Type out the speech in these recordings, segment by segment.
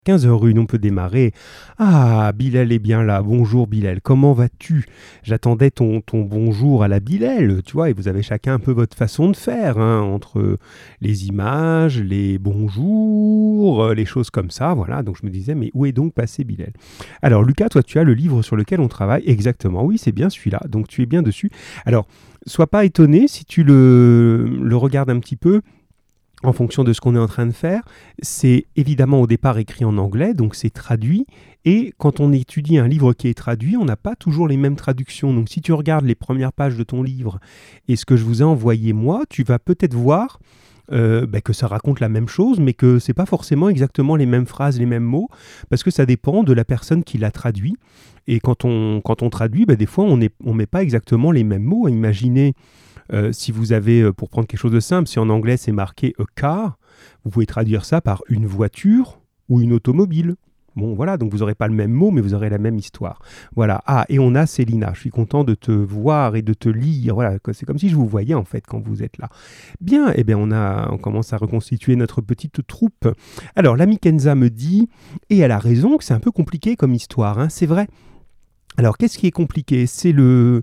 15h01, on peut démarrer. Ah, Bilal est bien là. Bonjour Bilal, comment vas-tu? J'attendais ton bonjour à la Bilal, tu vois, et vous avez chacun un peu votre façon de faire, hein, entre les images, les bonjours, les choses comme ça, voilà. Donc je me disais, mais où est donc passé Bilal? Alors Lucas, toi tu as le livre sur lequel on travaille, exactement, oui, c'est bien celui-là, donc tu es bien dessus. Alors, sois pas étonné si tu le regardes un petit peu en fonction de ce qu'on est en train de faire. C'est évidemment au départ écrit en anglais, donc c'est traduit. Et quand on étudie un livre qui est traduit, on n'a pas toujours les mêmes traductions. Donc si tu regardes les premières pages de ton livre et ce que je vous ai envoyé moi, tu vas peut-être voir que ça raconte la même chose, mais que c'est pas forcément exactement les mêmes phrases, les mêmes mots, parce que ça dépend de la personne qui l'a traduit. Et quand on traduit, des fois on met pas exactement les mêmes mots. Imaginez si vous avez, pour prendre quelque chose de simple, si en anglais c'est marqué a car, vous pouvez traduire ça par une voiture ou une automobile. Bon, voilà, donc vous n'aurez pas le même mot, mais vous aurez la même histoire. Voilà. Ah, et on a Célina. Je suis content de te voir et de te lire. Voilà, c'est comme si je vous voyais, en fait, quand vous êtes là. Bien, eh bien, on commence à reconstituer notre petite troupe. Alors, l'amie Kenza me dit, et elle a raison, que c'est un peu compliqué comme histoire, hein, c'est vrai. Alors, qu'est-ce qui est compliqué? C'est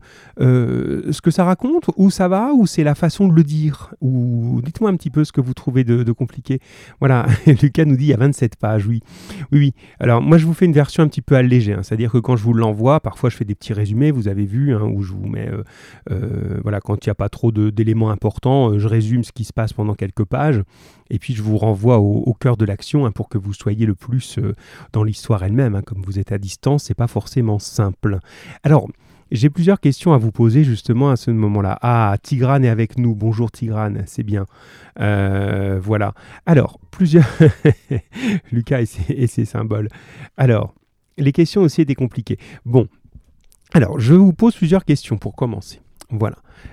ce que ça raconte, ou ça va, ou c'est la façon de le dire? Ou dites-moi un petit peu ce que vous trouvez de compliqué. Voilà, Lucas nous dit il y a 27 pages, oui. Oui, oui. Alors, moi, je vous fais une version un petit peu allégée, hein. C'est-à-dire que quand je vous l'envoie, parfois, je fais des petits résumés, vous avez vu, hein, où je vous mets, voilà, quand il n'y a pas trop d'éléments importants, je résume ce qui se passe pendant quelques pages, et puis je vous renvoie au cœur de l'action, hein, pour que vous soyez le plus dans l'histoire elle-même, hein. Comme vous êtes à distance, c'est pas forcément simple. Alors, j'ai plusieurs questions à vous poser justement à ce moment-là. Ah, Tigrane est avec nous. Bonjour Tigrane, c'est bien. Voilà. Alors, plusieurs... Lucas et ses symboles. Alors, les questions aussi étaient compliquées. Bon, alors, je vous pose plusieurs questions pour commencer. Voilà.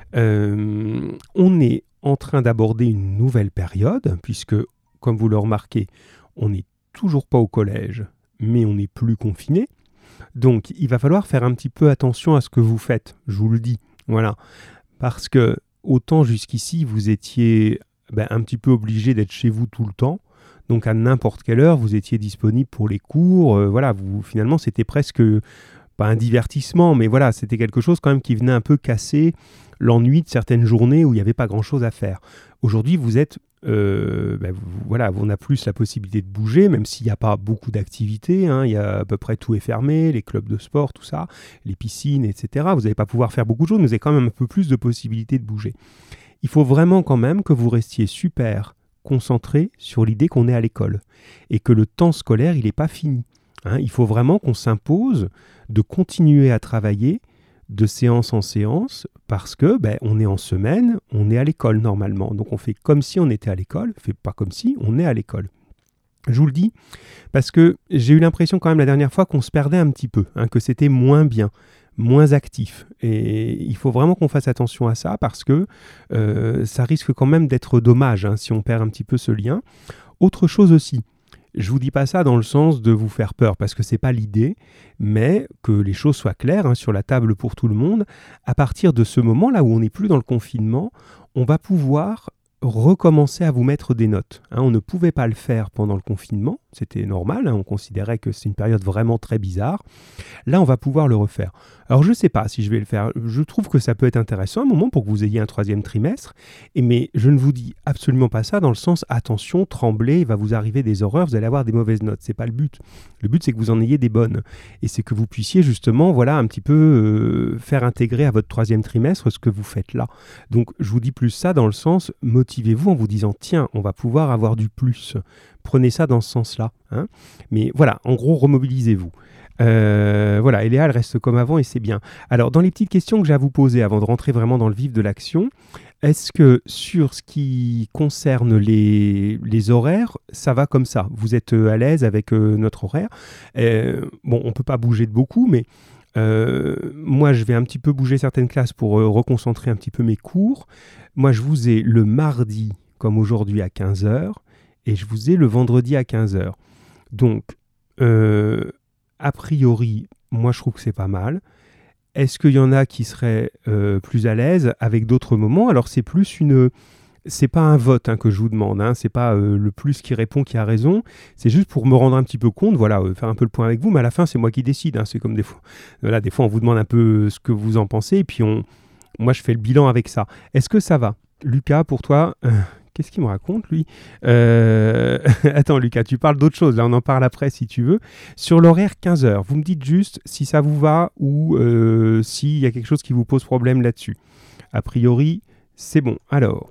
On est en train d'aborder une nouvelle période, puisque, comme vous le remarquez, on n'est toujours pas au collège, mais on n'est plus confiné. Donc, il va falloir faire un petit peu attention à ce que vous faites, je vous le dis. Voilà. Parce que, autant jusqu'ici, vous étiez un petit peu obligé d'être chez vous tout le temps. Donc, à n'importe quelle heure, vous étiez disponible pour les cours. Voilà, finalement, c'était presque, pas un divertissement, mais voilà, c'était quelque chose quand même qui venait un peu casser l'ennui de certaines journées où il n'y avait pas grand-chose à faire. Aujourd'hui, vous êtes... voilà, on a plus la possibilité de bouger, même s'il n'y a pas beaucoup d'activités, hein, il y a à peu près tout est fermé, les clubs de sport, tout ça, les piscines, etc. Vous n'allez pas pouvoir faire beaucoup de choses, mais vous avez quand même un peu plus de possibilités de bouger. Il faut vraiment quand même que vous restiez super concentré sur l'idée qu'on est à l'école et que le temps scolaire, il n'est pas fini. Hein, il faut vraiment qu'on s'impose de continuer à travailler de séance en séance parce que on est en semaine, on est à l'école normalement. Donc on fait comme si on était à l'école, on fait pas comme si on est à l'école. Je vous le dis parce que j'ai eu l'impression quand même la dernière fois qu'on se perdait un petit peu, hein, que c'était moins bien, moins actif. Et il faut vraiment qu'on fasse attention à ça parce que ça risque quand même d'être dommage, hein, si on perd un petit peu ce lien. Autre chose aussi, je vous dis pas ça dans le sens de vous faire peur, parce que c'est pas l'idée, mais que les choses soient claires, hein, sur la table pour tout le monde. À partir de ce moment-là où on n'est plus dans le confinement, on va pouvoir recommencer à vous mettre des notes. Hein, on ne pouvait pas le faire pendant le confinement, c'était normal, hein, on considérait que c'est une période vraiment très bizarre. Là, on va pouvoir le refaire. Alors, je ne sais pas si je vais le faire. Je trouve que ça peut être intéressant un moment pour que vous ayez un 3e trimestre. Mais je ne vous dis absolument pas ça dans le sens, attention, tremblez, il va vous arriver des horreurs, vous allez avoir des mauvaises notes. Ce n'est pas le but. Le but, c'est que vous en ayez des bonnes. Et c'est que vous puissiez justement, voilà, un petit peu faire intégrer à votre 3e trimestre ce que vous faites là. Donc, je vous dis plus ça dans le sens, motivez-vous en vous disant, tiens, on va pouvoir avoir du plus. Prenez ça dans ce sens-là. Hein. Mais voilà, en gros, remobilisez-vous. Voilà, et Léa, elle reste comme avant et c'est bien. Alors, dans les petites questions que j'ai à vous poser avant de rentrer vraiment dans le vif de l'action, est-ce que sur ce qui concerne les horaires, ça va comme ça? Vous êtes à l'aise avec notre horaire? Bon, on ne peut pas bouger de beaucoup, mais moi, je vais un petit peu bouger certaines classes pour reconcentrer un petit peu mes cours. Moi, je vous ai le mardi, comme aujourd'hui, à 15h, et je vous ai le vendredi à 15h. Donc, a priori, moi je trouve que c'est pas mal. Est-ce qu'il y en a qui seraient plus à l'aise avec d'autres moments? Alors c'est plus une c'est pas un vote que je vous demande, c'est pas le plus qui répond qui a raison, c'est juste pour me rendre un petit peu compte, voilà, faire un peu le point avec vous, mais à la fin c'est moi qui décide, c'est comme des fois, voilà, des fois on vous demande un peu ce que vous en pensez, et puis moi je fais le bilan avec ça. Est-ce que ça va? Lucas, pour toi, qu'est-ce qu'il me raconte lui? Attends Lucas, tu parles d'autre chose, là on en parle après si tu veux. Sur l'horaire 15h, vous me dites juste si ça vous va ou s'il y a quelque chose qui vous pose problème là-dessus. A priori, c'est bon. Alors,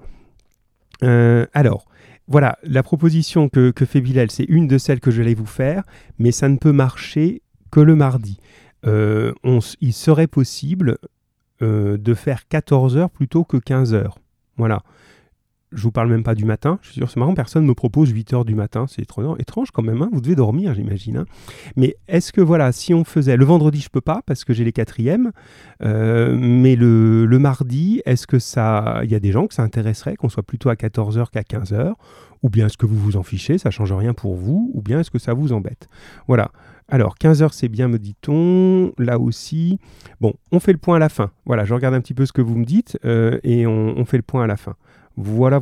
voilà, la proposition que fait Bilal, c'est une de celles que je vais vous faire, mais ça ne peut marcher que le mardi. Il serait possible de faire 14h plutôt que 15h. Voilà. Je vous parle même pas du matin, je suis sûr, c'est marrant, personne ne me propose 8h du matin, c'est étrange quand même, vous devez dormir j'imagine. Mais est-ce que voilà, si on faisait, le vendredi je peux pas parce que j'ai les 4e, mais le mardi, est-ce que il y a des gens que ça intéresserait, qu'on soit plutôt à 14h qu'à 15h, ou bien est-ce que vous vous en fichez, ça change rien pour vous, ou bien est-ce que ça vous embête? Voilà. Alors, 15h, c'est bien, me dit-on. Là aussi. Bon, on fait le point à la fin. Voilà, je regarde un petit peu ce que vous me dites et on fait le point à la fin. Voilà.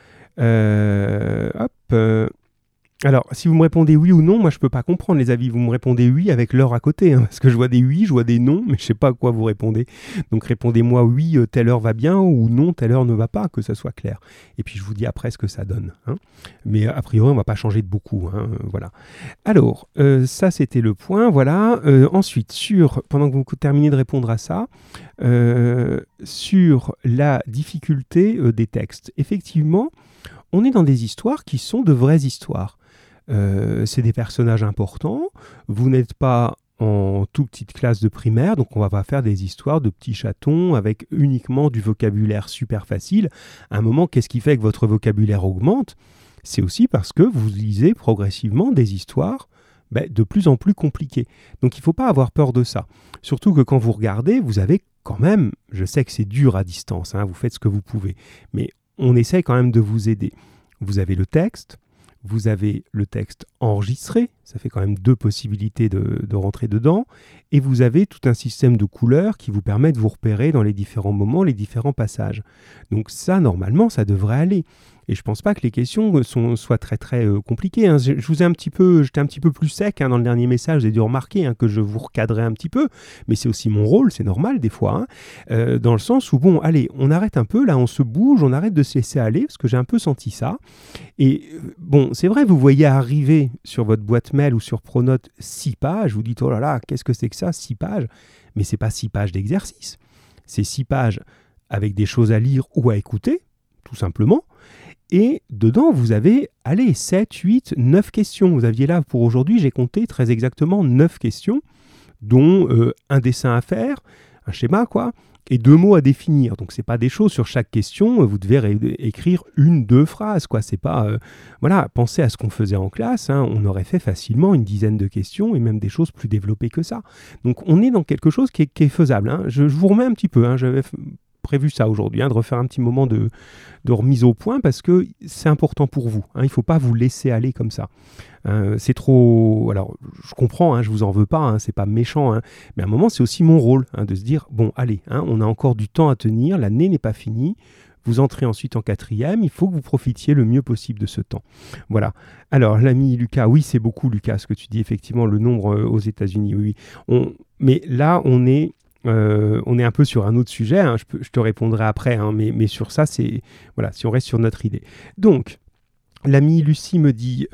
Alors, si vous me répondez oui ou non, moi je peux pas comprendre les avis. Vous me répondez oui avec l'heure à côté, parce que je vois des oui, je vois des non, mais je sais pas à quoi vous répondez. Donc répondez-moi oui, telle heure va bien, ou non, telle heure ne va pas, que ça soit clair. Et puis je vous dis après ce que ça donne. Mais a priori, on va pas changer de beaucoup. Voilà. Alors, ça c'était le point. Voilà. Ensuite, pendant que vous terminez de répondre à ça, sur la difficulté des textes. Effectivement, on est dans des histoires qui sont de vraies histoires. C'est des personnages importants. Vous n'êtes pas en toute petite classe de primaire, donc on va pas faire des histoires de petits chatons avec uniquement du vocabulaire super facile. À un moment, qu'est-ce qui fait que votre vocabulaire augmente? C'est aussi parce que vous lisez progressivement des histoires de plus en plus compliquées. Donc il ne faut pas avoir peur de ça. Surtout que quand vous regardez, vous avez quand même, je sais que c'est dur à distance, vous faites ce que vous pouvez, mais on essaye quand même de vous aider. Vous avez le texte, vous avez le texte enregistré, ça fait quand même 2 possibilités de rentrer dedans, et vous avez tout un système de couleurs qui vous permet de vous repérer dans les différents moments, les différents passages. Donc ça, normalement, ça devrait aller. Et je ne pense pas que les questions soient très très compliquées. Je vous ai j'étais un petit peu plus sec dans le dernier message, vous avez dû remarquer que je vous recadrais un petit peu, mais c'est aussi mon rôle, c'est normal des fois, dans le sens où, bon, allez, on arrête un peu, là on se bouge, on arrête de se laisser aller, parce que j'ai un peu senti ça. Et bon, c'est vrai, vous voyez arriver sur votre boîte mail ou sur Pronote 6 pages, vous dites, oh là là, qu'est-ce que c'est que ça, 6 pages? Mais c'est pas 6 pages d'exercice, c'est 6 pages avec des choses à lire ou à écouter, tout simplement. Et dedans, vous avez, 7, 8, 9 questions. Vous aviez là, pour aujourd'hui, j'ai compté très exactement 9 questions, dont un dessin à faire, un schéma, et 2 mots à définir. Donc, ce n'est pas des choses sur chaque question. Vous devez écrire 1-2 phrases, C'est pas... pensez à ce qu'on faisait en classe. On aurait fait facilement une dizaine de questions et même des choses plus développées que ça. Donc, on est dans quelque chose qui est faisable. Je vous remets un petit peu. J'avais prévu ça aujourd'hui, de refaire un petit moment de remise au point parce que c'est important pour vous. Il ne faut pas vous laisser aller comme ça. C'est trop... Alors, je comprends, je vous en veux pas, c'est pas méchant, mais à un moment, c'est aussi mon rôle de se dire, bon, allez, on a encore du temps à tenir, l'année n'est pas finie, vous entrez ensuite en 4e, il faut que vous profitiez le mieux possible de ce temps. Voilà. Alors, l'ami Lucas, oui, c'est beaucoup, Lucas, ce que tu dis, effectivement, le nombre aux États-Unis, oui. Mais là, on est un peu sur un autre sujet, je te répondrai après, mais sur ça, c'est... Voilà, si on reste sur notre idée. Donc, l'ami Lucie me dit...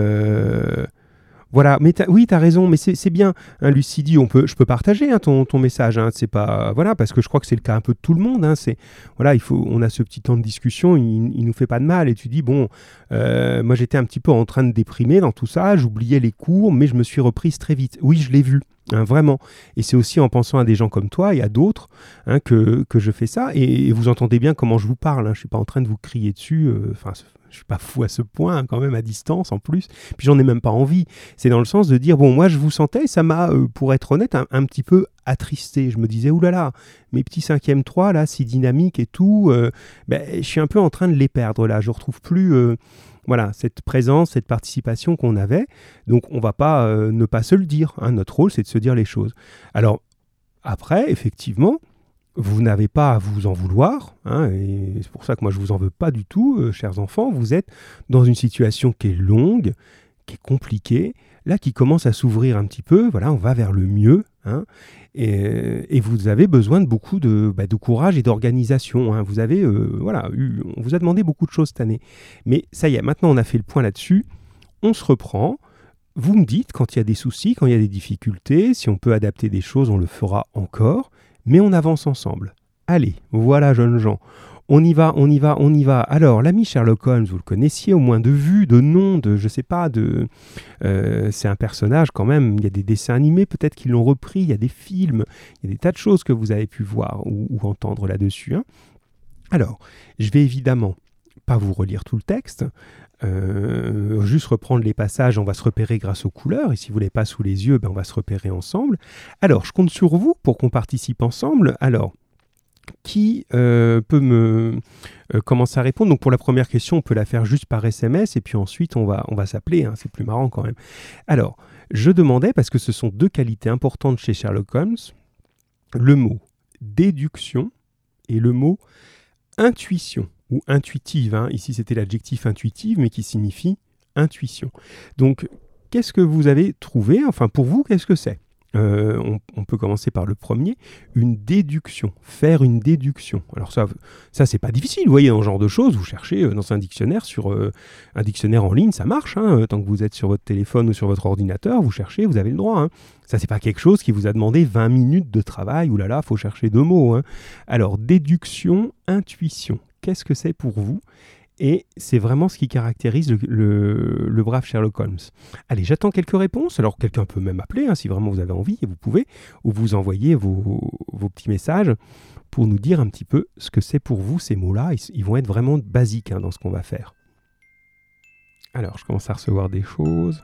Voilà, mais t'as raison, mais c'est bien. Lucie dit, je peux partager ton message. C'est pas, voilà, parce que je crois que c'est le cas un peu de tout le monde. Voilà, on a ce petit temps de discussion, il nous fait pas de mal. Et tu dis, bon, moi j'étais un petit peu en train de déprimer dans tout ça, j'oubliais les cours, mais je me suis reprise très vite. Oui, je l'ai vu. Vraiment. Et c'est aussi en pensant à des gens comme toi et à d'autres que je fais ça. Et vous entendez bien comment je vous parle. Je ne suis pas en train de vous crier dessus. Je ne suis pas fou à ce point, quand même, à distance en plus. Puis j'en ai même pas envie. C'est dans le sens de dire, bon, moi je vous sentais, ça m'a, pour être honnête, un petit peu attristé. Je me disais, oulala, mes petits 5e 3, là, si dynamiques et tout, je suis un peu en train de les perdre là. Je ne retrouve plus... Voilà, cette présence, cette participation qu'on avait. Donc, on ne va pas ne pas se le dire. Notre rôle, c'est de se dire les choses. Alors, après, effectivement, vous n'avez pas à vous en vouloir, hein, et c'est pour ça que moi je vous en veux pas du tout, chers enfants. Vous êtes dans une situation qui est longue, qui est compliquée, là qui commence à s'ouvrir un petit peu. Voilà, on va vers le mieux, hein, et vous avez besoin de beaucoup de courage et d'organisation. Hein. Vous avez, on vous a demandé beaucoup de choses cette année, mais ça y est, maintenant on a fait le point là-dessus. On se reprend. Vous me dites quand il y a des soucis, quand il y a des difficultés, si on peut adapter des choses, on le fera encore. Mais on avance ensemble. Allez, voilà, jeunes gens. On y va, on y va, on y va. Alors, l'ami Sherlock Holmes, vous le connaissiez au moins de vue, de nom, de, je sais pas, c'est un personnage quand même. Il y a des dessins animés peut-être qui l'ont repris, il y a des films, il y a des tas de choses que vous avez pu voir ou entendre là-dessus. Hein. Alors, je vais évidemment pas vous relire tout le texte, juste reprendre les passages, on va se repérer grâce aux couleurs, et si vous ne l'avez pas sous les yeux, on va se repérer ensemble. Alors, je compte sur vous pour qu'on participe ensemble. Alors, qui peut me commencer à répondre? Donc, pour la première question, on peut la faire juste par SMS, et puis ensuite, on va s'appeler, hein, c'est plus marrant quand même. Alors, je demandais, parce que ce sont deux qualités importantes chez Sherlock Holmes, le mot déduction et le mot intuition. Ou intuitive, hein. Ici c'était l'adjectif intuitive, mais qui signifie intuition. Donc, qu'est-ce que vous avez trouvé? Enfin, pour vous, qu'est-ce que c'est? On peut commencer par le premier, une déduction, faire une déduction. Alors ça c'est pas difficile, vous voyez, dans ce genre de choses, vous cherchez dans un dictionnaire, un dictionnaire en ligne, ça marche, hein, tant que vous êtes sur votre téléphone ou sur votre ordinateur, vous cherchez, vous avez le droit. Hein. Ça, c'est pas quelque chose qui vous a demandé 20 minutes de travail, oulala, faut chercher 2 mots. Hein. Alors, déduction, intuition, qu'est-ce que c'est pour vous? Et c'est vraiment ce qui caractérise le brave Sherlock Holmes. Allez, j'attends quelques réponses. Alors, quelqu'un peut même appeler, hein, si vraiment vous avez envie, et vous pouvez, ou vous envoyer vos petits messages pour nous dire un petit peu ce que c'est pour vous, ces mots-là. Ils vont être vraiment basiques, hein, dans ce qu'on va faire. Alors, je commence à recevoir des choses.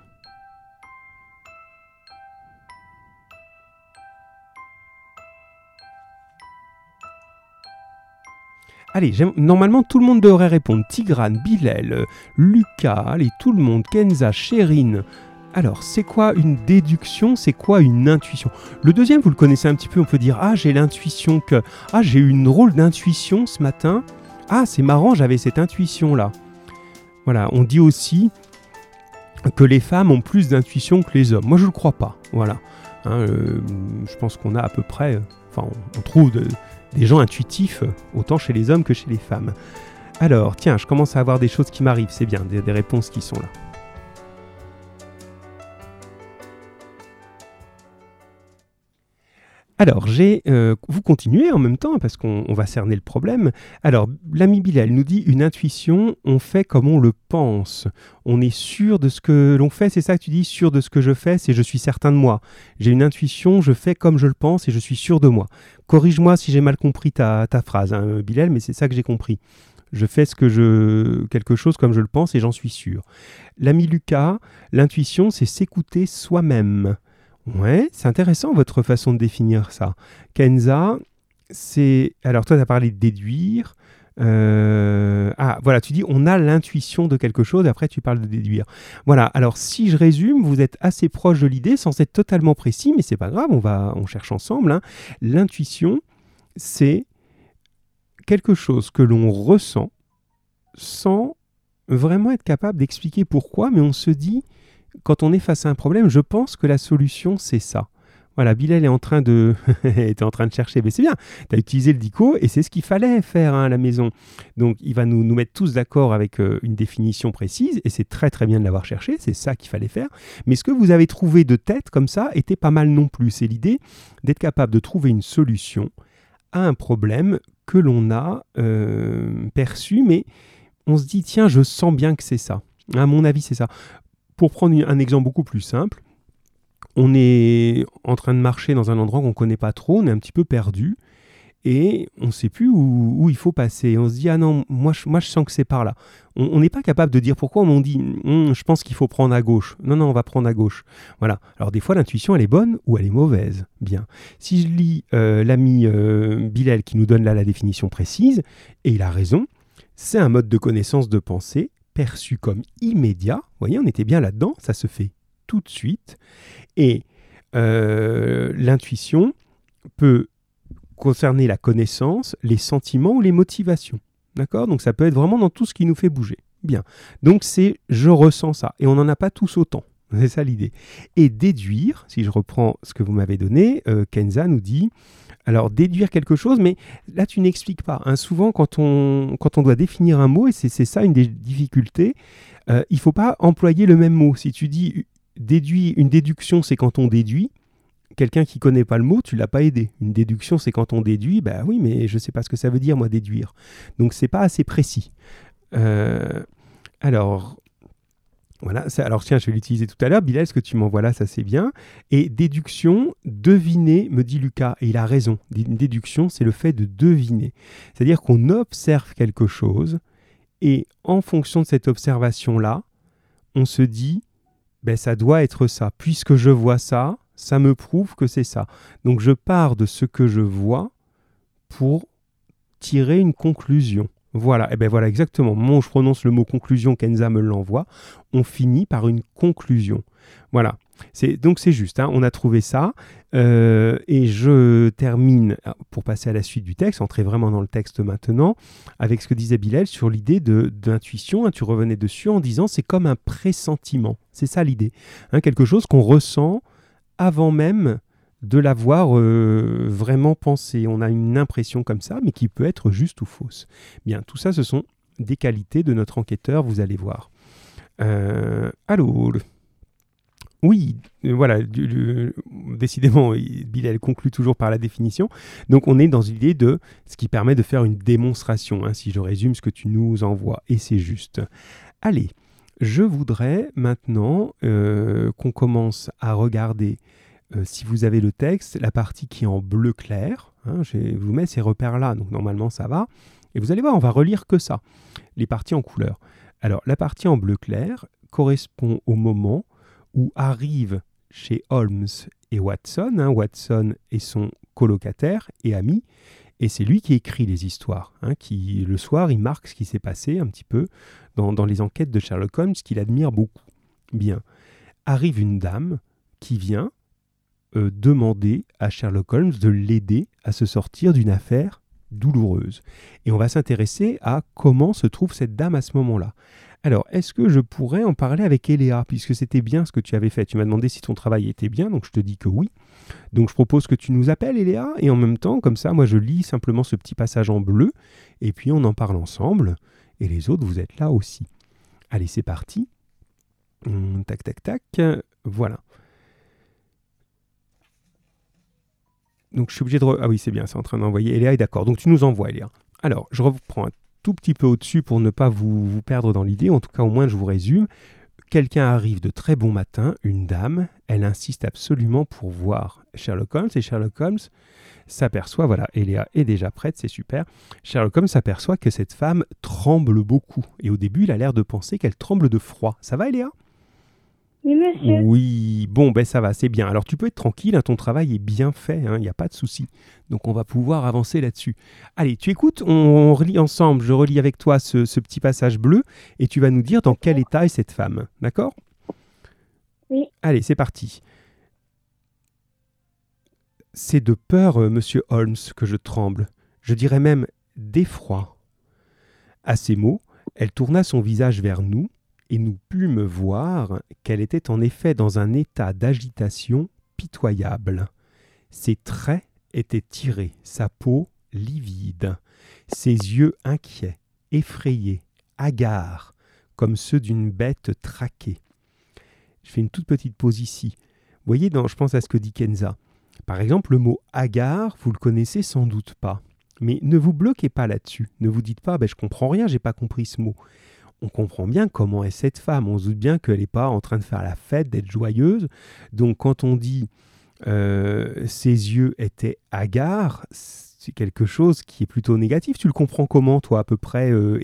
Allez, normalement tout le monde devrait répondre. Tigrane, Bilal, Lucas, allez, tout le monde, Kenza, Chérine. Alors, c'est quoi une déduction? C'est quoi une intuition? Le deuxième, vous le connaissez un petit peu, on peut dire « Ah, j'ai l'intuition que... Ah, j'ai eu une drôle d'intuition ce matin. Ah, c'est marrant, j'avais cette intuition-là. » Voilà, on dit aussi que les femmes ont plus d'intuition que les hommes. Moi, je ne le crois pas, voilà. Hein, je pense qu'on a à peu près... Enfin, on trouve des gens intuitifs, autant chez les hommes que chez les femmes. Alors, tiens, je commence à avoir des choses qui m'arrivent, c'est bien, des réponses qui sont là. Alors, vous continuez en même temps, parce qu'on va cerner le problème. Alors, l'ami Bilal nous dit, une intuition, on fait comme on le pense. On est sûr de ce que l'on fait, c'est ça que tu dis, sûr de ce que je fais, c'est je suis certain de moi. J'ai une intuition, je fais comme je le pense et je suis sûr de moi. Corrige-moi si j'ai mal compris ta phrase, hein, Bilal, mais c'est ça que j'ai compris. Je fais quelque chose comme je le pense et j'en suis sûr. L'ami Lucas, l'intuition, c'est s'écouter soi-même. Ouais, c'est intéressant votre façon de définir ça. Kenza, c'est... Alors toi, tu as parlé de déduire. Voilà, tu dis on a l'intuition de quelque chose, après tu parles de déduire. Voilà, alors si je résume, vous êtes assez proche de l'idée sans être totalement précis, mais c'est pas grave, on cherche ensemble. Hein. L'intuition, c'est quelque chose que l'on ressent sans vraiment être capable d'expliquer pourquoi, mais on se dit... Quand on est face à un problème, je pense que la solution, c'est ça. Voilà, Bilal était en train de chercher. Mais c'est bien, tu as utilisé le dico et c'est ce qu'il fallait faire, hein, à la maison. Donc, il va nous mettre tous d'accord avec une définition précise et c'est très très bien de l'avoir cherché, c'est ça qu'il fallait faire. Mais ce que vous avez trouvé de tête comme ça était pas mal non plus. C'est l'idée d'être capable de trouver une solution à un problème que l'on a perçu, mais on se dit, tiens, je sens bien que c'est ça. À mon avis, c'est ça. Pour prendre un exemple beaucoup plus simple, on est en train de marcher dans un endroit qu'on ne connaît pas trop, on est un petit peu perdu et on ne sait plus où il faut passer. On se dit, ah non, moi je sens que c'est par là. On n'est pas capable de dire pourquoi, mais on dit, je pense qu'il faut prendre à gauche. Non, on va prendre à gauche. Voilà. Alors des fois, l'intuition, elle est bonne ou elle est mauvaise. Bien. Si je lis l'ami Bilal qui nous donne là la définition précise, et il a raison, c'est un mode de connaissance de pensée perçu comme immédiat. Vous voyez, on était bien là-dedans, ça se fait tout de suite. Et l'intuition peut concerner la connaissance, les sentiments ou les motivations. D'accord? Donc ça peut être vraiment dans tout ce qui nous fait bouger. Bien. Donc c'est je ressens ça. Et on n'en a pas tous autant. C'est ça l'idée. Et déduire, si je reprends ce que vous m'avez donné, Kenza nous dit, alors déduire quelque chose, mais là tu n'expliques pas. Hein. Souvent quand on doit définir un mot, et c'est ça une des difficultés, il ne faut pas employer le même mot. Si tu dis une déduction, c'est quand on déduit, quelqu'un qui ne connaît pas le mot, tu ne l'as pas aidé. Une déduction, c'est quand on déduit, bah oui, mais je ne sais pas ce que ça veut dire, moi, déduire. Donc, ce n'est pas assez précis. Alors, voilà. Alors, tiens, je vais l'utiliser tout à l'heure. Bilal, ce que tu m'envoies là, ça c'est bien. Et déduction, deviner, me dit Lucas, et il a raison. Une déduction, c'est le fait de deviner. C'est-à-dire qu'on observe quelque chose, et en fonction de cette observation-là, on se dit, ben, ça doit être ça. Puisque je vois ça, ça me prouve que c'est ça. Donc je pars de ce que je vois pour tirer une conclusion. Voilà, et bien voilà exactement. Au moment où je prononce le mot conclusion, Kenza me l'envoie, on finit par une conclusion. Voilà. Donc c'est juste, hein, on a trouvé ça. Et je termine, pour passer à la suite du texte, entrer vraiment dans le texte maintenant, avec ce que disait Bilal sur l'idée d'intuition. Hein, tu revenais dessus en disant c'est comme un pressentiment. C'est ça l'idée. Hein, quelque chose qu'on ressent avant même de l'avoir vraiment pensé. On a une impression comme ça, mais qui peut être juste ou fausse. Bien, tout ça, ce sont des qualités de notre enquêteur, vous allez voir. Allô. Oui, voilà, décidément, Bilal conclut toujours par la définition. Donc, on est dans l'idée de ce qui permet de faire une démonstration, hein, si je résume ce que tu nous envoies, et c'est juste. Allez, je voudrais maintenant qu'on commence à regarder, si vous avez le texte, la partie qui est en bleu clair. Hein, je vous mets ces repères-là, donc normalement ça va. Et vous allez voir, on va relire que ça, les parties en couleur. Alors, la partie en bleu clair correspond au moment où arrivent chez Holmes et Watson. Hein, Watson est son colocataire et ami, et c'est lui qui écrit les histoires. Hein, qui, le soir, il marque ce qui s'est passé un petit peu dans les enquêtes de Sherlock Holmes, qu'il admire beaucoup. Bien. Arrive une dame qui vient demander à Sherlock Holmes de l'aider à se sortir d'une affaire douloureuse. Et on va s'intéresser à comment se trouve cette dame à ce moment-là. Alors, est-ce que je pourrais en parler avec Eléa, puisque c'était bien ce que tu avais fait? Tu m'as demandé si ton travail était bien, donc je te dis que oui. Donc je propose que tu nous appelles, Eléa, et en même temps, comme ça, moi je lis simplement ce petit passage en bleu, et puis on en parle ensemble, et les autres, vous êtes là aussi. Allez, c'est parti. Tac, tac, tac. Voilà. Donc je suis obligé de... Ah oui, c'est bien, c'est en train d'envoyer. Eléa est d'accord. Donc tu nous envoies, Eléa. Alors, je reprends un tout petit peu au-dessus pour ne pas vous perdre dans l'idée. En tout cas, au moins, je vous résume. Quelqu'un arrive de très bon matin, une dame. Elle insiste absolument pour voir Sherlock Holmes. Et Sherlock Holmes s'aperçoit, voilà, Eléa est déjà prête, c'est super. Sherlock Holmes s'aperçoit que cette femme tremble beaucoup. Et au début, il a l'air de penser qu'elle tremble de froid. Ça va, Eléa ? Oui, monsieur. Oui, bon, ben ça va, c'est bien. Alors tu peux être tranquille, hein, ton travail est bien fait, il n'y a pas de souci. Donc on va pouvoir avancer là-dessus. Allez, tu écoutes, on relit ensemble, je relis avec toi ce petit passage bleu, et tu vas nous dire dans quel état est cette femme, d'accord ? Oui. Allez, c'est parti. C'est de peur, monsieur Holmes, que je tremble. Je dirais même d'effroi. À ces mots, elle tourna son visage vers nous, et nous pûmes voir qu'elle était en effet dans un état d'agitation pitoyable. Ses traits étaient tirés, sa peau livide, ses yeux inquiets, effrayés, hagards, comme ceux d'une bête traquée. Je fais une toute petite pause ici. Vous voyez, je pense à ce que dit Kenza. Par exemple, le mot hagard, vous le connaissez sans doute pas. Mais ne vous bloquez pas là-dessus. Ne vous dites pas, je comprends rien, j'ai pas compris ce mot. On comprend bien comment est cette femme. On se doute bien qu'elle n'est pas en train de faire la fête, d'être joyeuse. Donc quand on dit ses yeux étaient hagards, c'est quelque chose qui est plutôt négatif. Tu le comprends comment, toi, à peu près, Eléa ?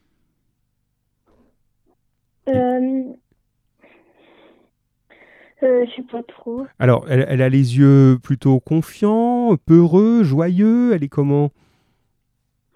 Je sais pas trop. Alors, elle a les yeux plutôt confiants, peureux, joyeux. Elle est comment ?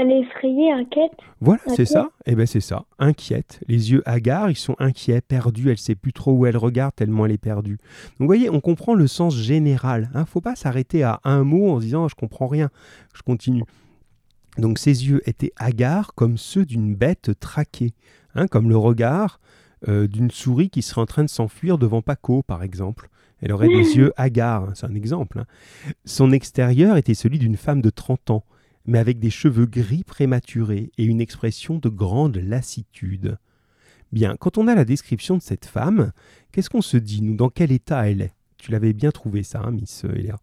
Elle est effrayée, inquiète. Voilà, c'est Inquiète. ça. Eh ben c'est ça. Inquiète. Les yeux hagards, ils sont inquiets, perdus. Elle sait plus trop où elle regarde tellement elle est perdue. Donc vous voyez, on comprend le sens général. Hein. Faut pas s'arrêter à un mot en se disant je comprends rien. Je continue. Donc ses yeux étaient hagards comme ceux d'une bête traquée, hein, comme le regard d'une souris qui serait en train de s'enfuir devant Paco, par exemple. Elle aurait des yeux hagards, hein, c'est un exemple. Hein. Son extérieur était celui d'une femme de 30 ans, mais avec des cheveux gris prématurés et une expression de grande lassitude. Bien, quand on a la description de cette femme, qu'est-ce qu'on se dit, nous, dans quel état elle est? Tu l'avais bien trouvé ça, hein, Miss Eléa?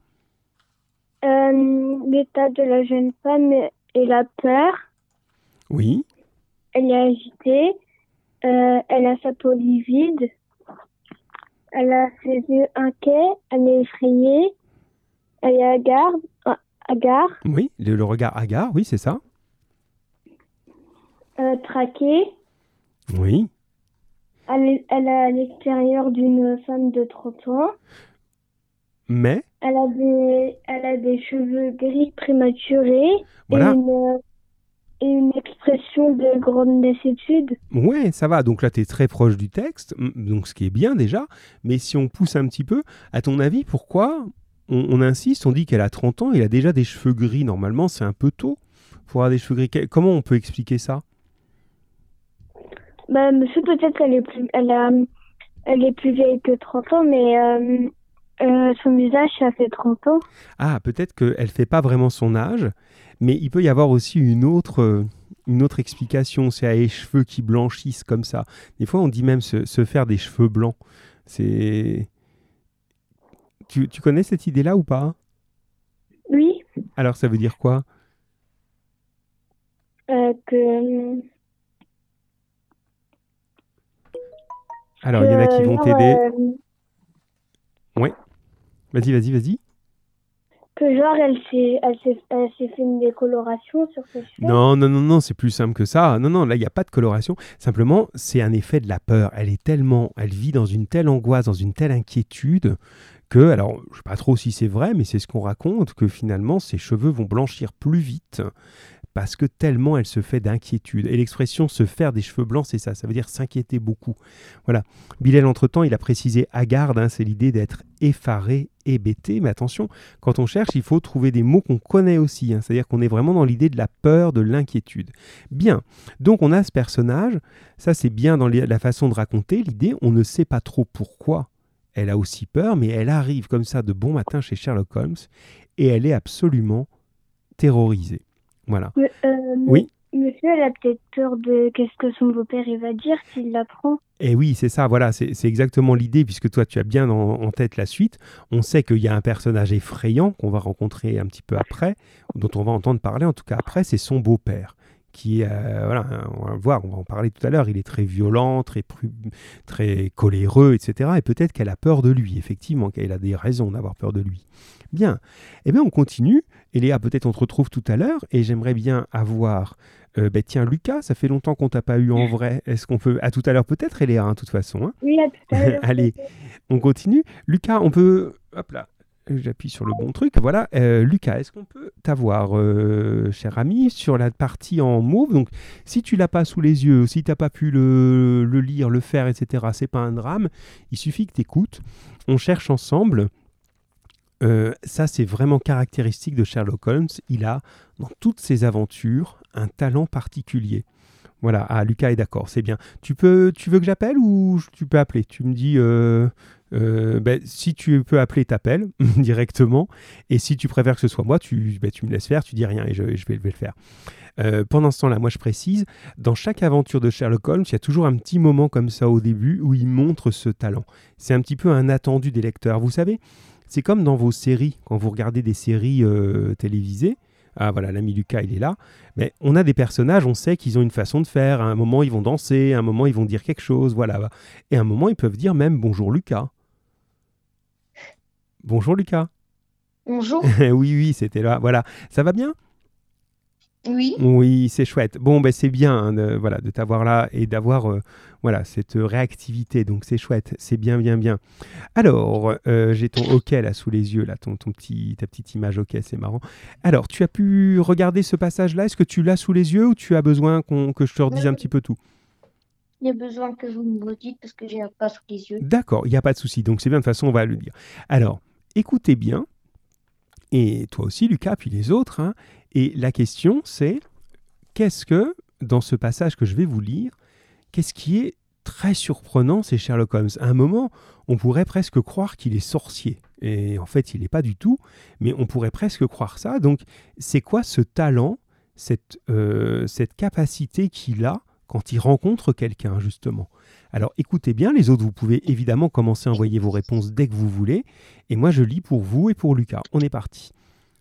L'état de la jeune femme est la peur. Oui, Elle est agitée. Elle a sa peau livide. Elle a ses yeux inquiets. Elle est effrayée. Elle est hagard, oui, le regard hagard, oui, c'est ça. traquée. Oui, Elle est à l'extérieur d'une femme de 30 ans. mais, Elle a des cheveux gris prématurés voilà. et une expression de grande lassitude. Ouais, ça va. Donc là, tu es très proche du texte, donc ce qui est bien déjà. Mais si on pousse un petit peu, à ton avis, pourquoi on insiste, on dit qu'elle a 30 ans, elle a déjà des cheveux gris. Normalement, c'est un peu tôt pour avoir des cheveux gris. Comment on peut expliquer ça? Bah, monsieur, peut-être elle est plus vieille que 30 ans, mais son visage, ça fait 30 ans. Ah, peut-être qu'elle ne fait pas vraiment son âge, mais il peut y avoir aussi une autre explication. C'est à les cheveux qui blanchissent comme ça. Des fois, on dit même se faire des cheveux blancs. C'est... Tu connais cette idée-là ou pas? Oui, Alors, ça veut dire quoi? que Alors, il y en a qui vont genre, t'aider. Oui, vas-y. que genre elle s'est fait une décoloration sur ses cheveux. Non, c'est plus simple que ça. Non, là, il n'y a pas de coloration. Simplement, c'est un effet de la peur. Elle vit dans une telle angoisse, dans une telle inquiétude que, alors, je ne sais pas trop si c'est vrai, mais c'est ce qu'on raconte, que finalement, ses cheveux vont blanchir plus vite parce que tellement elle se fait d'inquiétude. Et l'expression se faire des cheveux blancs, c'est ça veut dire s'inquiéter beaucoup. Voilà. Bilal, entre-temps, il a précisé hagarde, hein, c'est l'idée d'être effaré, hébété, mais attention, quand on cherche, il faut trouver des mots qu'on connaît aussi, hein, c'est-à-dire qu'on est vraiment dans l'idée de la peur, de l'inquiétude. Bien, donc on a ce personnage, ça c'est bien dans la façon de raconter, l'idée, on ne sait pas trop pourquoi elle a aussi peur, mais elle arrive comme ça de bon matin chez Sherlock Holmes, et elle est absolument terrorisée. Voilà. Oui. Monsieur, elle a peut-être peur de qu'est-ce que son beau-père il va dire s'il l'apprend. Et oui, c'est ça, voilà, c'est exactement l'idée, puisque toi, tu as bien en tête la suite. On sait qu'il y a un personnage effrayant qu'on va rencontrer un petit peu après, dont on va entendre parler en tout cas après, c'est son beau-père, qui est, voilà, on va le voir, on va en parler tout à l'heure, il est très violent, très coléreux, etc. Et peut-être qu'elle a peur de lui, effectivement, qu'elle a des raisons d'avoir peur de lui. Bien, eh bien on continue, et Léa, peut-être on te retrouve tout à l'heure, et j'aimerais bien avoir... tiens, Lucas, ça fait longtemps qu'on t'a pas eu en vrai. Est-ce qu'on peut... À tout à l'heure peut-être, Léa, hein, de toute façon. Hein. Oui, à tout à l'heure. Allez, on continue. Lucas, on peut... Hop là, j'appuie sur le bon truc. Voilà, Lucas, est-ce qu'on peut t'avoir, cher ami, sur la partie en mauve? Donc, si tu l'as pas sous les yeux, si tu n'as pas pu le lire, le faire, etc., c'est pas un drame. Il suffit que tu écoutes. On cherche ensemble. Ça, c'est vraiment caractéristique de Sherlock Holmes. Il a, dans toutes ses aventures, un talent particulier. Voilà, ah, Lucas est d'accord, c'est bien. Tu veux que j'appelle ou tu peux appeler? Tu me dis, si tu peux appeler, t'appelles directement. Et si tu préfères que ce soit moi, tu me laisses faire, tu dis rien et je vais le faire. Pendant ce temps-là, moi je précise, dans chaque aventure de Sherlock Holmes, il y a toujours un petit moment comme ça au début où il montre ce talent. C'est un petit peu un attendu des lecteurs. Vous savez, c'est comme dans vos séries, quand vous regardez des séries télévisées. Ah voilà, l'ami Lucas, il est là. Mais on a des personnages, on sait qu'ils ont une façon de faire. À un moment, ils vont danser. À un moment, ils vont dire quelque chose. Voilà. Et à un moment, ils peuvent dire même bonjour Lucas. Bonjour Lucas. Bonjour. Oui, c'était là. Voilà. Ça va bien? Oui. Oui, c'est chouette. Bon, ben c'est bien hein, de t'avoir là et d'avoir cette réactivité. Donc c'est chouette, c'est bien, bien, bien. Alors, j'ai ton OK là sous les yeux, là, ta petite image OK, c'est marrant. Alors, tu as pu regarder ce passage-là? Est-ce que tu l'as sous les yeux ou tu as besoin que je te redise un Euh, petit peu tout? Il y a besoin que vous me redites parce que j'ai pas sous les yeux. D'accord, il n'y a pas de souci. Donc c'est bien, de toute façon, on va le dire. Alors, écoutez bien, et toi aussi, Lucas, puis les autres. Hein, et la question, c'est qu'est-ce que, dans ce passage que je vais vous lire, qu'est-ce qui est très surprenant, c'est Sherlock Holmes. À un moment, on pourrait presque croire qu'il est sorcier. Et en fait, il n'est pas du tout, mais on pourrait presque croire ça. Donc, c'est quoi ce talent, cette capacité qu'il a quand il rencontre quelqu'un, justement? Alors, écoutez bien, les autres, vous pouvez évidemment commencer à envoyer vos réponses dès que vous voulez. Et moi, je lis pour vous et pour Lucas. On est parti.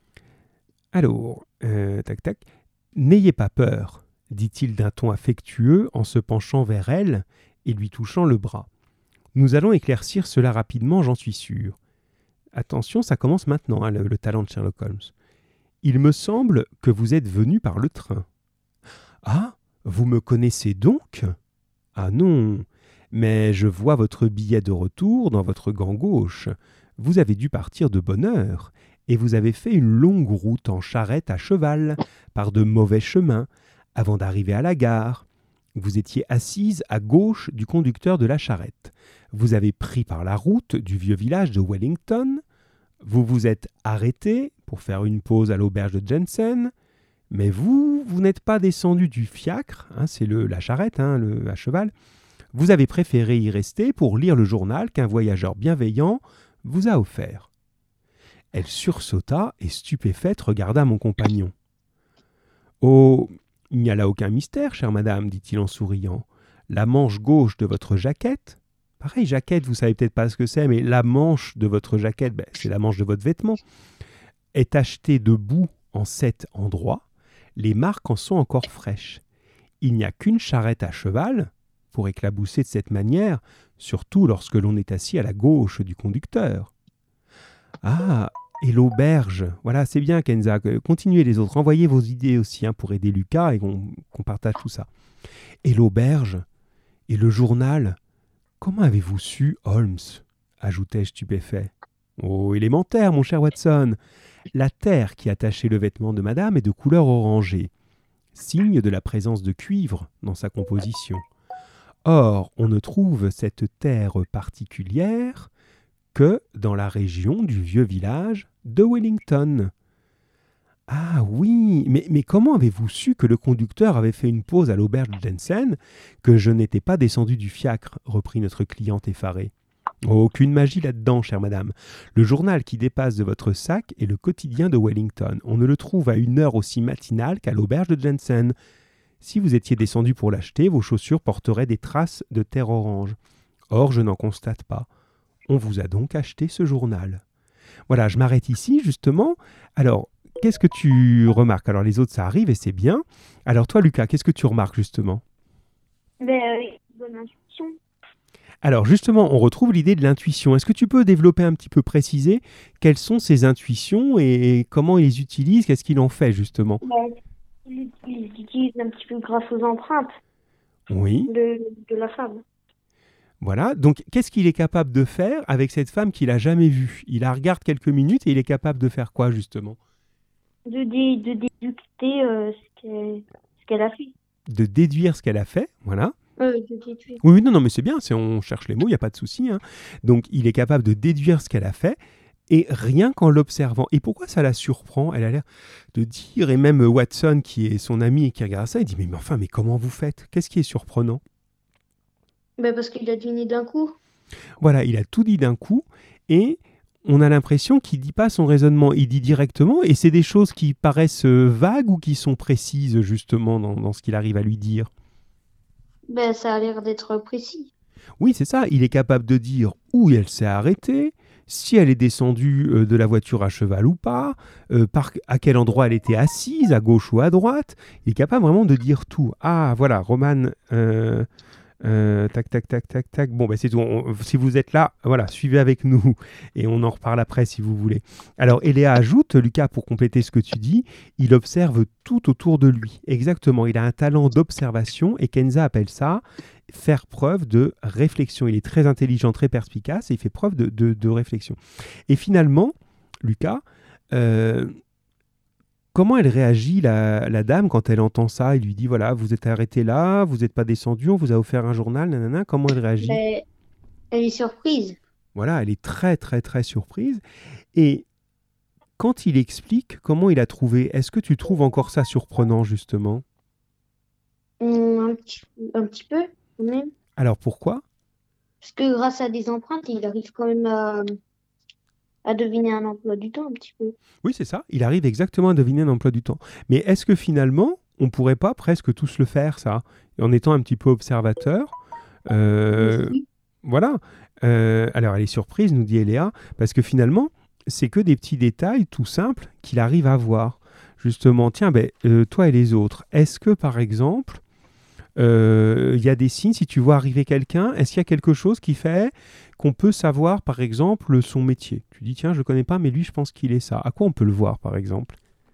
Alors, tac, tac. N'ayez pas peur, dit-il d'un ton affectueux en se penchant vers elle et lui touchant le bras. Nous allons éclaircir cela rapidement, j'en suis sûr. Attention, ça commence maintenant, hein, le talent de Sherlock Holmes. Il me semble que vous êtes venu par le train. Ah, vous me connaissez donc? Ah non, mais je vois votre billet de retour dans votre gant gauche. Vous avez dû partir de bonne heure, et vous avez fait une longue route en charrette à cheval, par de mauvais chemins, avant d'arriver à la gare. Vous étiez assise à gauche du conducteur de la charrette. Vous avez pris par la route du vieux village de Wellington. Vous vous êtes arrêté pour faire une pause à l'auberge de Jensen. Mais vous n'êtes pas descendu du fiacre, hein, c'est la charrette, hein, à cheval. Vous avez préféré y rester pour lire le journal qu'un voyageur bienveillant vous a offert. Elle sursauta et stupéfaite regarda mon compagnon. « Oh, il n'y a là aucun mystère, chère madame, dit-il en souriant. La manche gauche de votre jaquette, pareil, jaquette, vous savez peut-être pas ce que c'est, mais la manche de votre jaquette, c'est la manche de votre vêtement, est tachetée de boue en 7 endroits. Les marques en sont encore fraîches. Il n'y a qu'une charrette à cheval pour éclabousser de cette manière, surtout lorsque l'on est assis à la gauche du conducteur. Ah, et l'auberge. Voilà, c'est bien, Kenza. Continuez les autres. Envoyez vos idées aussi hein, pour aider Lucas et qu'on partage tout ça. Et l'auberge? Et le journal? Comment avez-vous su, Holmes? Ajoutai-je stupéfait. Oh, élémentaire, mon cher Watson. La terre qui attachait le vêtement de madame est de couleur orangée, signe de la présence de cuivre dans sa composition. Or, on ne trouve cette terre particulière que dans la région du vieux village de Wellington. Ah oui, mais comment avez-vous su que le conducteur avait fait une pause à l'auberge de Jensen, que je n'étais pas descendu du fiacre, reprit notre cliente effarée. Aucune magie là-dedans, chère madame. Le journal qui dépasse de votre sac est le quotidien de Wellington. On ne le trouve à une heure aussi matinale qu'à l'auberge de Jensen. Si vous étiez descendu pour l'acheter, vos chaussures porteraient des traces de terre orange. Or, je n'en constate pas. On vous a donc acheté ce journal. Voilà, je m'arrête ici, justement. Alors, qu'est-ce que tu remarques? Alors, les autres, ça arrive et c'est bien. Alors, toi, Lucas, qu'est-ce que tu remarques, justement? Bonne intuition. Alors, justement, on retrouve l'idée de l'intuition. Est-ce que tu peux développer un petit peu, préciser quelles sont ces intuitions et comment il les utilise? Qu'est-ce qu'il en fait, justement? Il utilise un petit peu grâce aux empreintes Oui. de la femme. Voilà, donc qu'est-ce qu'il est capable de faire avec cette femme qu'il n'a jamais vue? Il la regarde quelques minutes et il est capable de faire quoi, justement? De déducter ce qu'elle a fait. De déduire ce qu'elle a fait, voilà. De déduire. Oui, non, mais c'est bien, on cherche les mots, il n'y a pas de souci. Hein. Donc, il est capable de déduire ce qu'elle a fait, et rien qu'en l'observant. Et pourquoi ça la surprend? Elle a l'air de dire, et même Watson, qui est son ami et qui regarde ça, il dit, mais comment vous faites? Qu'est-ce qui est surprenant? Parce qu'il a deviné d'un coup. Voilà, il a tout dit d'un coup, et on a l'impression qu'il ne dit pas son raisonnement, il dit directement, et c'est des choses qui paraissent vagues ou qui sont précises, justement, dans ce qu'il arrive à lui dire. Ça a l'air d'être précis. Oui, c'est ça, il est capable de dire où elle s'est arrêtée, si elle est descendue de la voiture à cheval ou pas, à quel endroit elle était assise, à gauche ou à droite. Il est capable vraiment de dire tout. Ah, voilà, Roman Tac, tac, tac, tac, tac. Bon, c'est tout. Si vous êtes là, voilà, suivez avec nous et on en reparle après si vous voulez. Alors, Eléa ajoute, Lucas, pour compléter ce que tu dis, il observe tout autour de lui. Exactement, il a un talent d'observation et Kenza appelle ça faire preuve de réflexion. Il est très intelligent, très perspicace et il fait preuve de réflexion. Et finalement, Lucas, comment elle réagit, la dame, quand elle entend ça? Il lui dit, voilà, vous êtes arrêté là, vous n'êtes pas descendu, on vous a offert un journal, nanana. Comment elle réagit? Ben, elle est surprise. Voilà, elle est très, très, très surprise. Et quand il explique comment il a trouvé, est-ce que tu trouves encore ça surprenant, justement? Un petit peu, quand même. Alors, pourquoi? Parce que grâce à des empreintes, il arrive quand même à deviner un emploi du temps un petit peu. Oui, c'est ça. Il arrive exactement à deviner un emploi du temps. Mais est-ce que finalement, on ne pourrait pas presque tous le faire, ça, en étant un petit peu observateur? Oui. Voilà. Alors, elle est surprise, nous dit Eléa, parce que finalement, c'est que des petits détails tout simples qu'il arrive à voir. Justement, tiens, toi et les autres, est-ce que, par exemple, il y a des signes, si tu vois arriver quelqu'un, est-ce qu'il y a quelque chose qui fait qu'on peut savoir, par exemple, son métier? Tu dis, tiens, je ne le connais pas, mais lui, je pense qu'il est ça. À quoi on peut le voir, par exemple?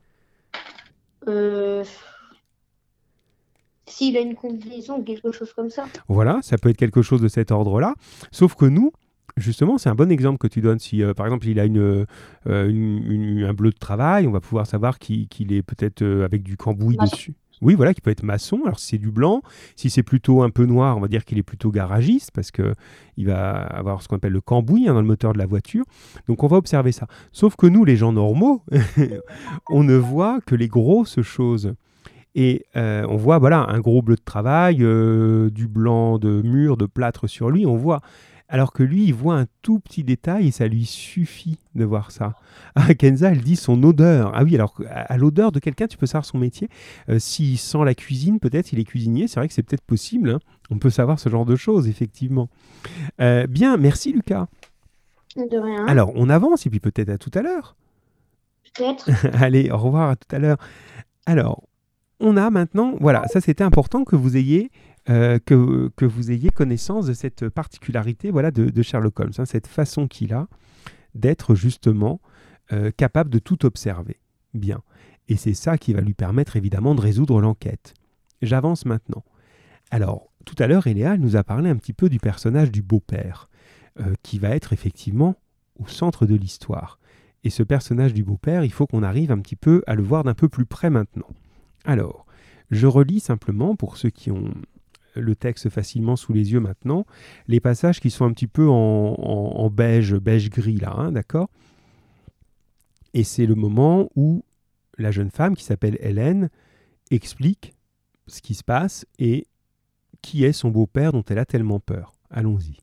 Euh, S'il a une combinaison ou quelque chose comme ça. Voilà, ça peut être quelque chose de cet ordre-là. Sauf que nous, justement, c'est un bon exemple que tu donnes. Si, par exemple, il a un bleu de travail, on va pouvoir savoir qu'il est peut-être avec du cambouis Maçon. dessus. Oui, voilà, qui peut être maçon. Alors, si c'est du blanc, si c'est plutôt un peu noir, on va dire qu'il est plutôt garagiste parce qu'il va avoir ce qu'on appelle le cambouis dans le moteur de la voiture. Donc, on va observer ça. Sauf que nous, les gens normaux, on ne voit que les grosses choses. Et on voit voilà, un gros bleu de travail, du blanc de mur, de plâtre sur lui, on voit. Alors que lui, il voit un tout petit détail et ça lui suffit de voir ça. Ah, Kenza, elle dit son odeur. Ah oui, alors à l'odeur de quelqu'un, tu peux savoir son métier. S'il sent la cuisine, peut-être, il est cuisinier, c'est vrai que c'est peut-être possible. Hein. On peut savoir ce genre de choses, effectivement. Bien, merci Lucas. De rien. Alors, on avance et puis peut-être à tout à l'heure. Peut-être. Allez, au revoir, à tout à l'heure. Alors, on a maintenant, voilà, ça c'était important que vous ayez, que vous ayez connaissance de cette particularité voilà, de Sherlock Holmes, hein, cette façon qu'il a d'être justement capable de tout observer. Bien. Et c'est ça qui va lui permettre évidemment de résoudre l'enquête. J'avance maintenant. Alors, tout à l'heure, Eléa nous a parlé un petit peu du personnage du beau-père, qui va être effectivement au centre de l'histoire. Et ce personnage du beau-père, il faut qu'on arrive un petit peu à le voir d'un peu plus près maintenant. Alors, je relis simplement, pour ceux qui ont le texte facilement sous les yeux maintenant, les passages qui sont un petit peu en beige-gris là, hein, d'accord? Et c'est le moment où la jeune femme qui s'appelle Hélène explique ce qui se passe et qui est son beau-père dont elle a tellement peur. Allons-y.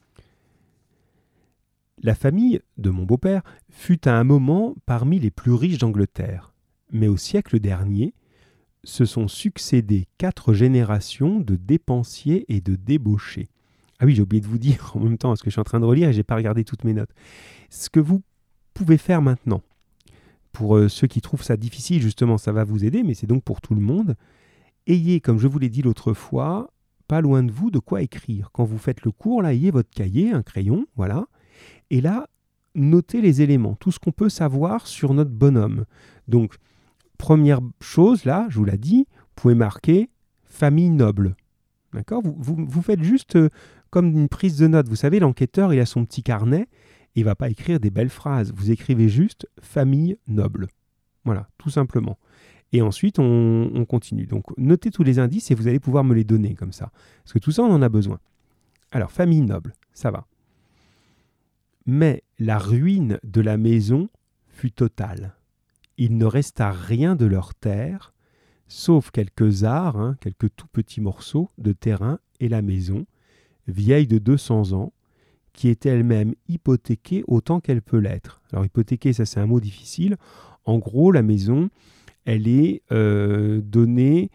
La famille de mon beau-père fut à un moment parmi les plus riches d'Angleterre, mais au siècle dernier, se sont succédé 4 générations de dépensiers et de débauchés. Ah oui, j'ai oublié de vous dire en même temps, parce que je suis en train de relire et je n'ai pas regardé toutes mes notes. Ce que vous pouvez faire maintenant, pour ceux qui trouvent ça difficile, justement, ça va vous aider, mais c'est donc pour tout le monde. Ayez, comme je vous l'ai dit l'autre fois, pas loin de vous de quoi écrire. Quand vous faites le cours, là, ayez votre cahier, un crayon, voilà. Et là, notez les éléments, tout ce qu'on peut savoir sur notre bonhomme. Donc, première chose, là, je vous l'ai dit, vous pouvez marquer famille noble. D'accord ? Vous faites juste comme une prise de notes. Vous savez, l'enquêteur, il a son petit carnet et il ne va pas écrire des belles phrases. Vous écrivez juste famille noble. Voilà, tout simplement. Et ensuite, on continue. Donc, notez tous les indices et vous allez pouvoir me les donner comme ça. Parce que tout ça, on en a besoin. Alors, famille noble, ça va. Mais la ruine de la maison fut totale. Il ne resta rien de leur terre, sauf quelques arts, quelques tout petits morceaux de terrain et la maison, vieille de 200 ans, qui est elle-même hypothéquée autant qu'elle peut l'être. Alors hypothéquée, ça c'est un mot difficile. En gros, la maison, elle est donnée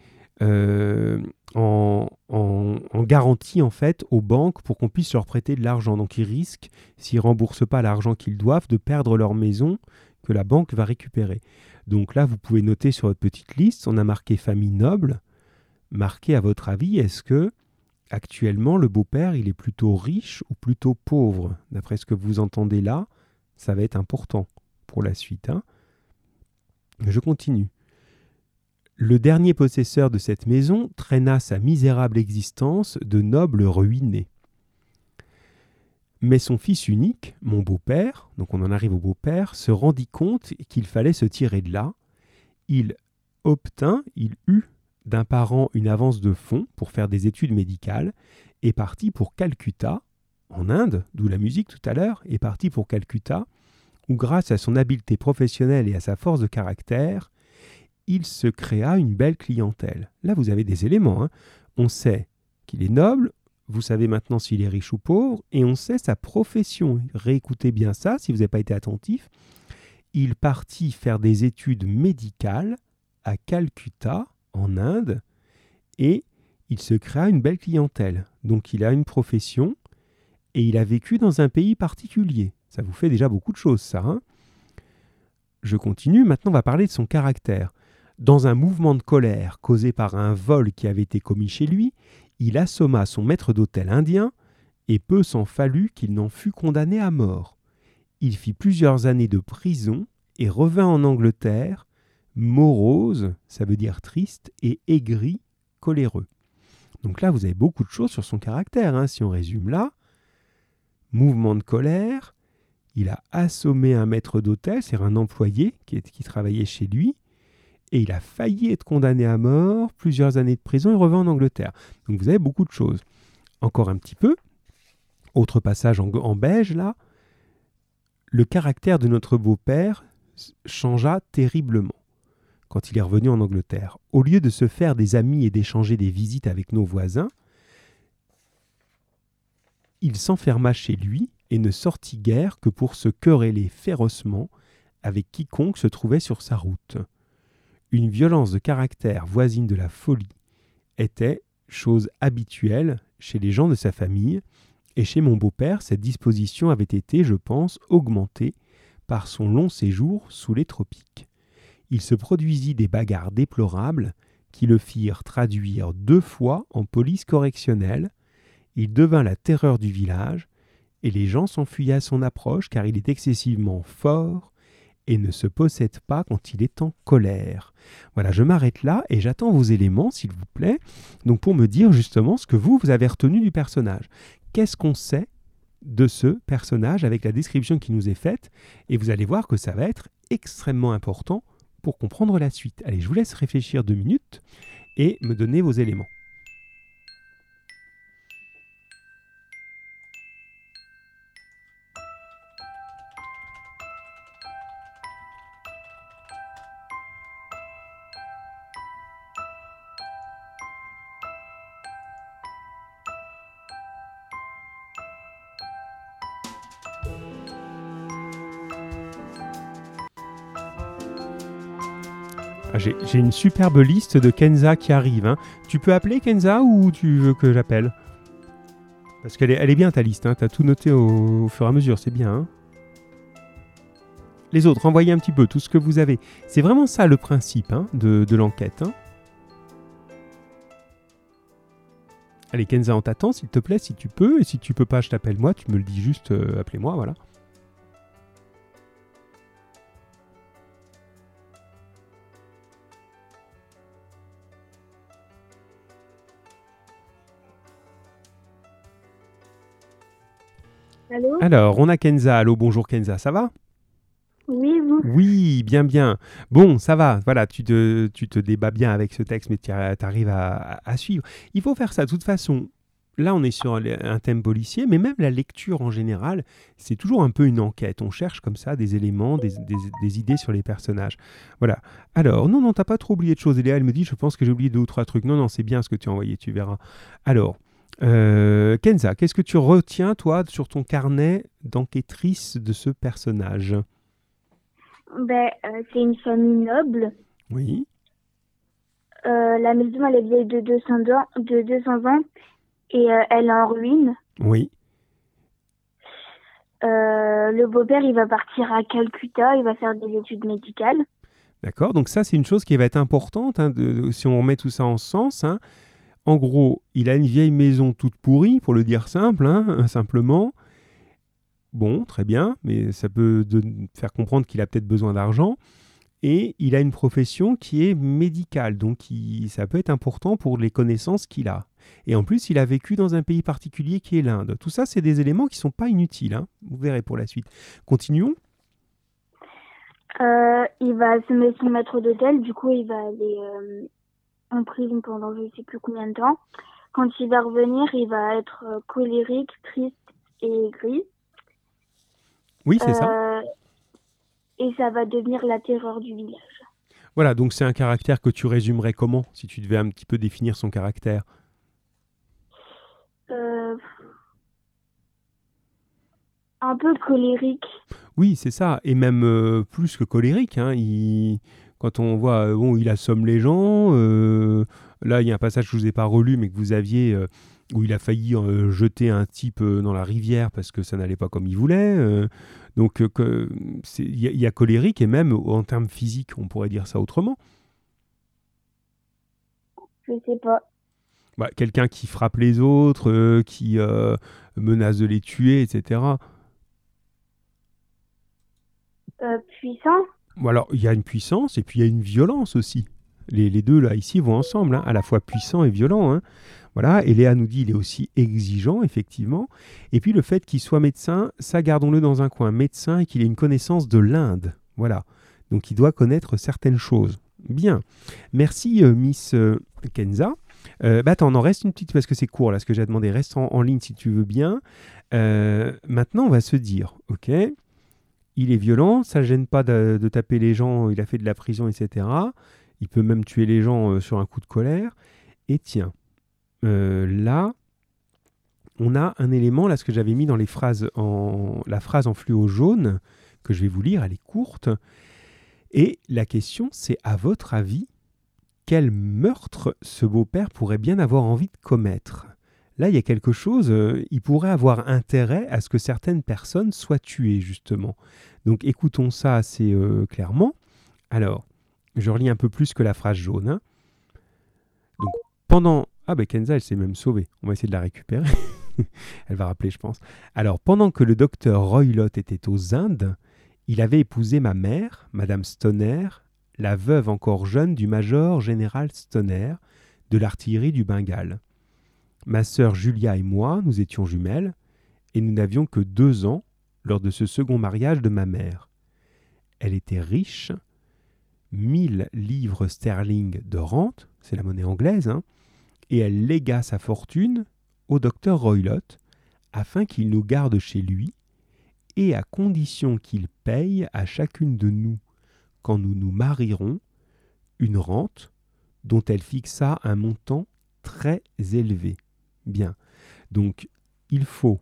en garantie en fait aux banques pour qu'on puisse leur prêter de l'argent. Donc ils risquent, s'ils ne remboursent pas l'argent qu'ils doivent, de perdre leur maison que la banque va récupérer. Donc là, vous pouvez noter sur votre petite liste, on a marqué famille noble. Marquez à votre avis, est-ce que Actuellement, le beau-père, il est plutôt riche ou plutôt pauvre? D'après ce que vous entendez là, ça va être important pour la suite, hein. Je continue. Le dernier possesseur de cette maison traîna sa misérable existence de noble ruiné. Mais son fils unique, mon beau-père, donc on en arrive au beau-père, se rendit compte qu'il fallait se tirer de là. Il eut d'un parent une avance de fonds pour faire des études médicales et partit pour Calcutta, en Inde, d'où la musique tout à l'heure, est parti pour Calcutta, où grâce à son habileté professionnelle et à sa force de caractère, il se créa une belle clientèle. Là, vous avez des éléments, hein. On sait qu'il est noble, vous savez maintenant s'il est riche ou pauvre, et on sait sa profession. Réécoutez bien ça, si vous n'avez pas été attentif. Il partit faire des études médicales à Calcutta, en Inde, et il se créa une belle clientèle. Donc il a une profession, et il a vécu dans un pays particulier. Ça vous fait déjà beaucoup de choses, ça, hein. Je continue, maintenant on va parler de son caractère. Dans un mouvement de colère causé par un vol qui avait été commis chez lui, il assomma son maître d'hôtel indien, et peu s'en fallut qu'il n'en fût condamné à mort. Il fit plusieurs années de prison et revint en Angleterre, morose, ça veut dire triste, et aigri, coléreux. Donc là, vous avez beaucoup de choses sur son caractère, hein, si on résume là. Mouvement de colère, il a assommé un maître d'hôtel, c'est un employé qui travaillait chez lui, et il a failli être condamné à mort, plusieurs années de prison, et revint en Angleterre. Donc vous avez beaucoup de choses. Encore un petit peu, autre passage en beige là, le caractère de notre beau-père changea terriblement quand il est revenu en Angleterre. Au lieu de se faire des amis et d'échanger des visites avec nos voisins, il s'enferma chez lui et ne sortit guère que pour se quereller férocement avec quiconque se trouvait sur sa route. Une violence de caractère voisine de la folie était chose habituelle chez les gens de sa famille, et chez mon beau-père, cette disposition avait été, je pense, augmentée par son long séjour sous les tropiques. Il se produisit des bagarres déplorables qui le firent traduire 2 fois en police correctionnelle. Il devint la terreur du village, et les gens s'enfuyaient à son approche car il est excessivement fort et ne se possède pas quand il est en colère. Voilà, je m'arrête là et j'attends vos éléments, s'il vous plaît, donc pour me dire justement ce que vous avez retenu du personnage. Qu'est-ce qu'on sait de ce personnage avec la description qui nous est faite? Et vous allez voir que ça va être extrêmement important pour comprendre la suite. Allez, je vous laisse réfléchir 2 minutes et me donner vos éléments. J'ai une superbe liste de Kenza qui arrive, hein. Tu peux appeler Kenza ou tu veux que j'appelle? Parce qu'elle est bien ta liste, hein. Tu as tout noté au fur et à mesure, c'est bien, hein. Les autres, envoyez un petit peu tout ce que vous avez. C'est vraiment ça le principe, hein, de l'enquête, hein. Allez Kenza, on t'attend s'il te plaît, si tu peux. Et si tu peux pas, je t'appelle moi, tu me le dis juste, appelez-moi, voilà. Allô? Alors, on a Kenza. Allô, bonjour Kenza, ça va? Oui, vous? Oui, bien, bien. Bon, ça va, voilà, tu te débats bien avec ce texte, mais tu arrives à suivre. Il faut faire ça, de toute façon. Là, on est sur un thème policier, mais même la lecture en général, c'est toujours un peu une enquête. On cherche comme ça des éléments, des idées sur les personnages. Voilà. Alors, non, t'as pas trop oublié de choses. Léa, elle me dit, je pense que j'ai oublié 2 ou 3 trucs. Non, c'est bien ce que tu as envoyé, tu verras. Alors, Kenza, qu'est-ce que tu retiens, toi, sur ton carnet d'enquêtrice de ce personnage? C'est une famille noble. Oui. La maison, elle est vieille de 200 ans et elle est en ruine. Oui. Le beau-père, il va partir à Calcutta, il va faire des études médicales. D'accord, donc ça, c'est une chose qui va être importante, hein, si on remet tout ça en sens, hein. en gros, il a une vieille maison toute pourrie, pour le dire simple, hein, simplement. Bon, très bien, mais ça peut faire comprendre qu'il a peut-être besoin d'argent. Et il a une profession qui est médicale, donc ça peut être important pour les connaissances qu'il a. Et en plus, il a vécu dans un pays particulier qui est l'Inde. Tout ça, c'est des éléments qui ne sont pas inutiles, hein. Vous verrez pour la suite. Continuons. Il va se mettre son maître d'hôtel, du coup il va aller en prison pendant je ne sais plus combien de temps. Quand il va revenir, il va être colérique, triste et gris. Oui, c'est ça. Et ça va devenir la terreur du village. Voilà, donc c'est un caractère que tu résumerais comment, si tu devais un petit peu définir son caractère? Un peu colérique. Oui, c'est ça. Et même plus que colérique, hein. Quand on voit, bon, il assomme les gens. Là, il y a un passage que je ne vous ai pas relu, mais que vous aviez, où il a failli jeter un type dans la rivière parce que ça n'allait pas comme il voulait. Donc, il y a colérique et même en termes physiques, on pourrait dire ça autrement. Je sais pas. Bah, quelqu'un qui frappe les autres, qui menace de les tuer, etc. Puissant. Bon, alors, il y a une puissance et puis il y a une violence aussi. Les deux, là, ici, vont ensemble, hein, à la fois puissant et violent. Hein. Voilà, et Léa nous dit il est aussi exigeant, effectivement. Et puis le fait qu'il soit médecin, ça, gardons-le dans un coin. Médecin et qu'il ait une connaissance de l'Inde. Voilà. Donc, il doit connaître certaines choses. Bien. Merci, Miss Kenza. Attends, on en reste une petite, parce que c'est court, là, ce que j'ai demandé. Reste en ligne, si tu veux bien. Maintenant, on va se dire, OK, il est violent, ça ne gêne pas de taper les gens, il a fait de la prison, etc. Il peut même tuer les gens sur un coup de colère. Et tiens, là, on a un élément, là, ce que j'avais mis dans les phrases, la phrase en fluo jaune, que je vais vous lire, elle est courte. Et la question, c'est, à votre avis, quel meurtre ce beau-père pourrait bien avoir envie de commettre? Là, il y a quelque chose, il pourrait avoir intérêt à ce que certaines personnes soient tuées, justement. Donc, écoutons ça assez clairement. Alors, je relis un peu plus que la phrase jaune. Hein. Donc, pendant... Ah ben Kenza, elle s'est même sauvée. On va essayer de la récupérer. Elle va rappeler, je pense. Alors, pendant que le docteur Roylott était aux Indes, il avait épousé ma mère, Madame Stoner, la veuve encore jeune du major général Stoner, de l'artillerie du Bengale. Ma sœur Julia et moi, nous étions jumelles, et nous n'avions que 2 ans lors de ce second mariage de ma mère. Elle était riche, 1000 livres sterling de rente, c'est la monnaie anglaise, hein, et elle légua sa fortune au docteur Roylott afin qu'il nous garde chez lui et à condition qu'il paye à chacune de nous, quand nous nous marierons, une rente dont elle fixa un montant très élevé. Bien, donc il faut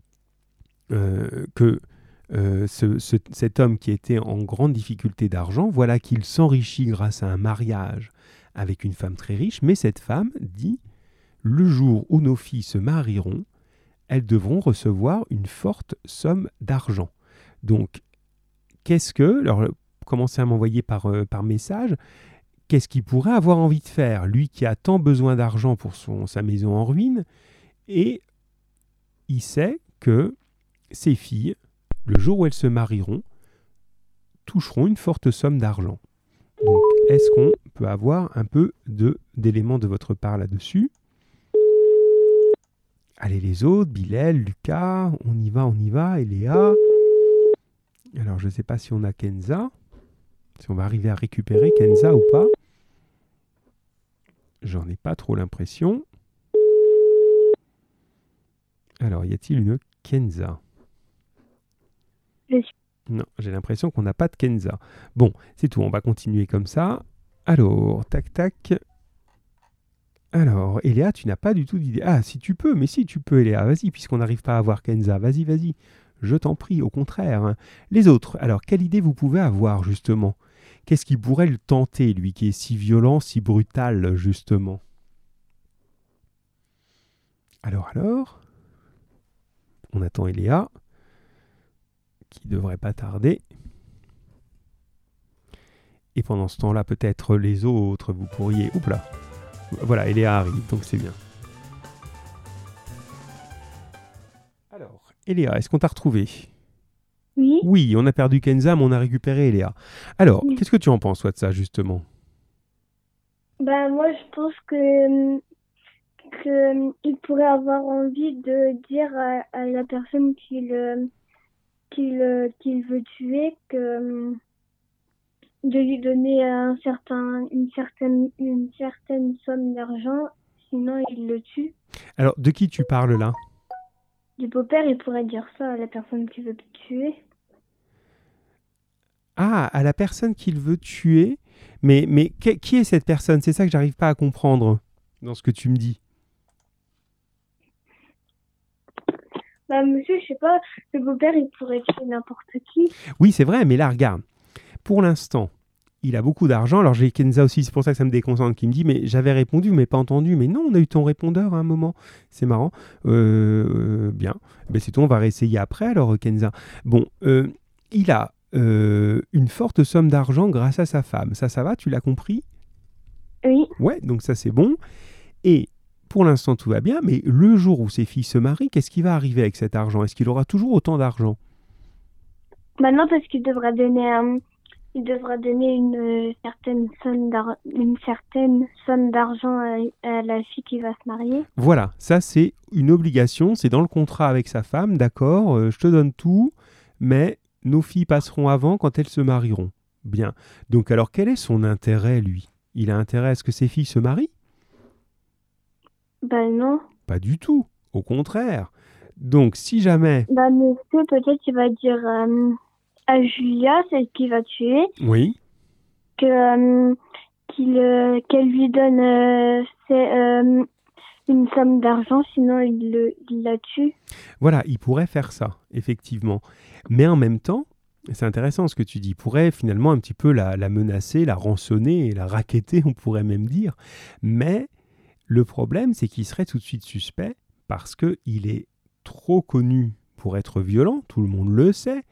que cet homme qui était en grande difficulté d'argent, voilà qu'il s'enrichit grâce à un mariage avec une femme très riche, mais cette femme dit, le jour où nos filles se marieront, elles devront recevoir une forte somme d'argent. Donc, alors commencez à m'envoyer par message, qu'est-ce qu'il pourrait avoir envie de faire, lui qui a tant besoin d'argent pour sa maison en ruine, et il sait que ses filles, le jour où elles se marieront, toucheront une forte somme d'argent. Donc, est-ce qu'on peut avoir un peu d'éléments de votre part là-dessus? Allez les autres, Bilal, Lucas, on y va, et Léa. Alors, je ne sais pas si on a Kenza, si on va arriver à récupérer Kenza ou pas. J'en ai pas trop l'impression. Alors, y a-t-il une Kenza? Non, j'ai l'impression qu'on n'a pas de Kenza. Bon, c'est tout, on va continuer comme ça. Alors, tac, tac. Alors, Eléa, tu n'as pas du tout d'idée. Ah, si tu peux, mais si tu peux, Eléa, vas-y, puisqu'on n'arrive pas à avoir Kenza. Vas-y, je t'en prie, au contraire. Hein. Les autres, alors, quelle idée vous pouvez avoir, justement? Qu'est-ce qui pourrait le tenter, lui, qui est si violent, si brutal, justement? Alors, on attend Eléa, qui devrait pas tarder. Et pendant ce temps-là, peut-être les autres, vous pourriez... Oups là. Voilà, Eléa arrive, donc c'est bien. Alors, Eléa, est-ce qu'on t'a retrouvé? Oui. Oui, on a perdu Kenza, mais on a récupéré Eléa. Alors, Oui. qu'est-ce que tu en penses, toi, de ça, justement? Moi, je pense que il pourrait avoir envie de dire à la personne qu'il veut tuer que de lui donner une certaine somme d'argent, sinon il le tue. Alors, de qui tu parles là? Du beau-père, il pourrait dire ça à la personne qui veut le tuer. Ah, à la personne qu'il veut tuer. Mais qui est cette personne? C'est ça que j'arrive pas à comprendre dans ce que tu me dis. Monsieur, je sais pas, le beau-père, il pourrait tuer n'importe qui. Oui, c'est vrai, mais là, regarde. Pour l'instant, il a beaucoup d'argent. Alors, j'ai Kenza aussi, c'est pour ça que ça me déconcentre, qui me dit, mais j'avais répondu, mais pas entendu. Mais non, on a eu ton répondeur à un moment. C'est marrant. Bien. Ben, c'est tout, on va réessayer après, alors, Kenza. Bon, il a une forte somme d'argent grâce à sa femme. Ça va, tu l'as compris? Oui. Ouais, donc ça, c'est bon. Et pour l'instant, tout va bien, mais le jour où ses filles se marient, qu'est-ce qui va arriver avec cet argent? Est-ce qu'il aura toujours autant d'argent? Non, parce qu'il devra donner une certaine somme d'argent à la fille qui va se marier. Voilà, ça c'est une obligation, c'est dans le contrat avec sa femme, d'accord, je te donne tout, mais nos filles passeront avant quand elles se marieront. Bien. Donc alors quel est son intérêt, lui? Il a intérêt à ce que ses filles se marient? Non. Pas du tout, au contraire. Donc si jamais... Monsieur, peut-être il va dire à Julia, celle qui va tuer, Oui. qu'elle lui donne une somme d'argent, sinon il la tue. Voilà, il pourrait faire ça, effectivement. Mais en même temps, c'est intéressant ce que tu dis, il pourrait finalement un petit peu la menacer, la rançonner, la racketter, on pourrait même dire. Mais le problème, c'est qu'il serait tout de suite suspect parce qu'il est trop connu pour être violent, tout le monde le sait.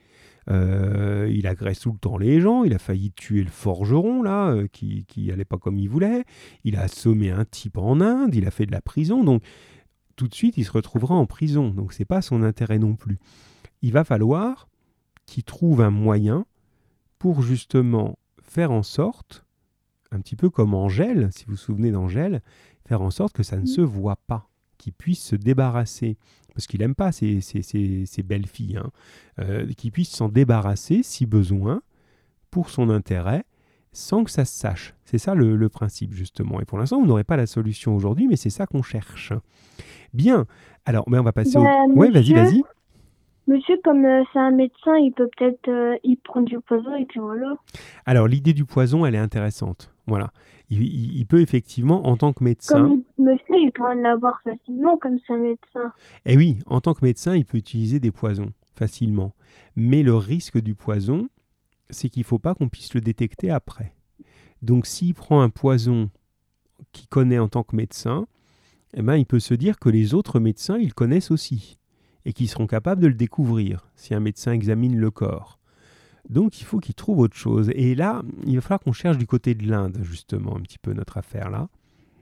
Il agresse tout le temps les gens, il a failli tuer le forgeron là, qui allait pas comme il voulait, il a assommé un type en Inde, il a fait de la prison, donc tout de suite il se retrouvera en prison, donc c'est pas son intérêt non plus. Il va falloir qu'il trouve un moyen pour justement faire en sorte, un petit peu comme Angèle, si vous vous souvenez d'Angèle, faire en sorte que ça ne se voit pas, qu'il puisse se débarrasser, parce qu'il n'aime pas ces belles filles, qu'il puisse s'en débarrasser si besoin, pour son intérêt, sans que ça se sache. C'est ça le principe, justement. Et pour l'instant, vous n'aurez pas la solution aujourd'hui, mais c'est ça qu'on cherche. Bien. Alors, on va passer au... Ouais, vas-y. Monsieur, comme c'est un médecin, il peut peut-être il prend du poison et puis voilà. Alors, l'idée du poison, elle est intéressante. Voilà. Il peut effectivement, en tant que médecin... Monsieur, il peut en avoir facilement comme c'est un médecin. Eh oui, en tant que médecin, il peut utiliser des poisons facilement. Mais le risque du poison, c'est qu'il ne faut pas qu'on puisse le détecter après. Donc, s'il prend un poison qu'il connaît en tant que médecin, eh ben, il peut se dire que les autres médecins, ils connaissent aussi et qu'ils seront capables de le découvrir si un médecin examine le corps. Donc, il faut qu'il trouve autre chose. Et là, il va falloir qu'on cherche du côté de l'Inde, justement, un petit peu notre affaire là.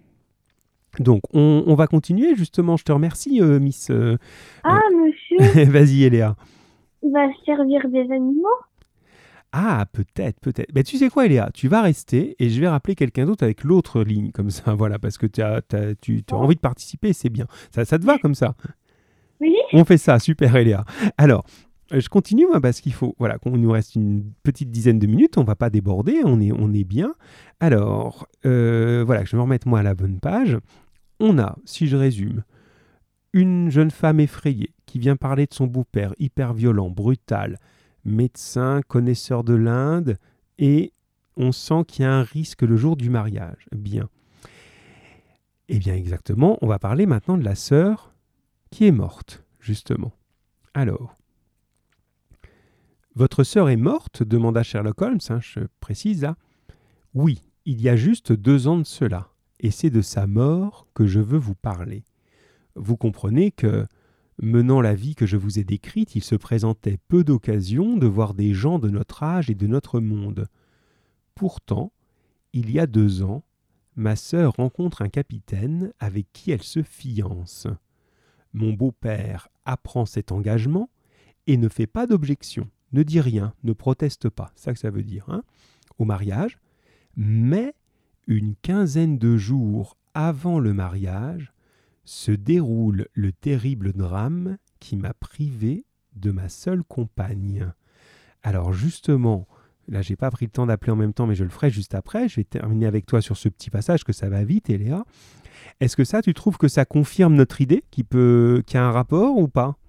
Donc, on va continuer, justement. Je te remercie, Miss... monsieur Vas-y, Eléa. Il va servir des animaux? Ah, peut-être. Mais tu sais quoi, Eléa? Tu vas rester et je vais rappeler quelqu'un d'autre avec l'autre ligne, comme ça, voilà, parce que tu as envie de participer, c'est bien. Ça te va comme ça? Oui. On fait ça, super, Eléa. Alors, je continue, moi, parce qu'il faut qu'on nous reste une petite dizaine de minutes, on ne va pas déborder, on est bien. Alors, je vais me remettre, moi, à la bonne page. On a, si je résume, une jeune femme effrayée qui vient parler de son beau-père, hyper violent, brutal, médecin, connaisseur de l'Inde, et on sent qu'il y a un risque le jour du mariage. Bien. Eh bien, exactement, on va parler maintenant de la sœur qui est morte, justement. Alors, votre sœur est morte? Demanda Sherlock Holmes, je précise là. Oui, il y a juste 2 ans de cela, et c'est de sa mort que je veux vous parler. Vous comprenez que, menant la vie que je vous ai décrite, il se présentait peu d'occasions de voir des gens de notre âge et de notre monde. Pourtant, il y a 2 ans, ma sœur rencontre un capitaine avec qui elle se fiance. Mon beau-père apprend cet engagement et ne fait pas d'objection, ne dit rien, ne proteste pas, c'est ça que ça veut dire, hein, au mariage. Mais une quinzaine de jours avant le mariage, se déroule le terrible drame qui m'a privé de ma seule compagne. Alors justement, là j'ai pas pris le temps d'appeler en même temps, mais je le ferai juste après. Je vais terminer avec toi sur ce petit passage, que ça va vite, Eléa. Est-ce que ça, tu trouves que ça confirme notre idée, qu'il y a un rapport ou pas?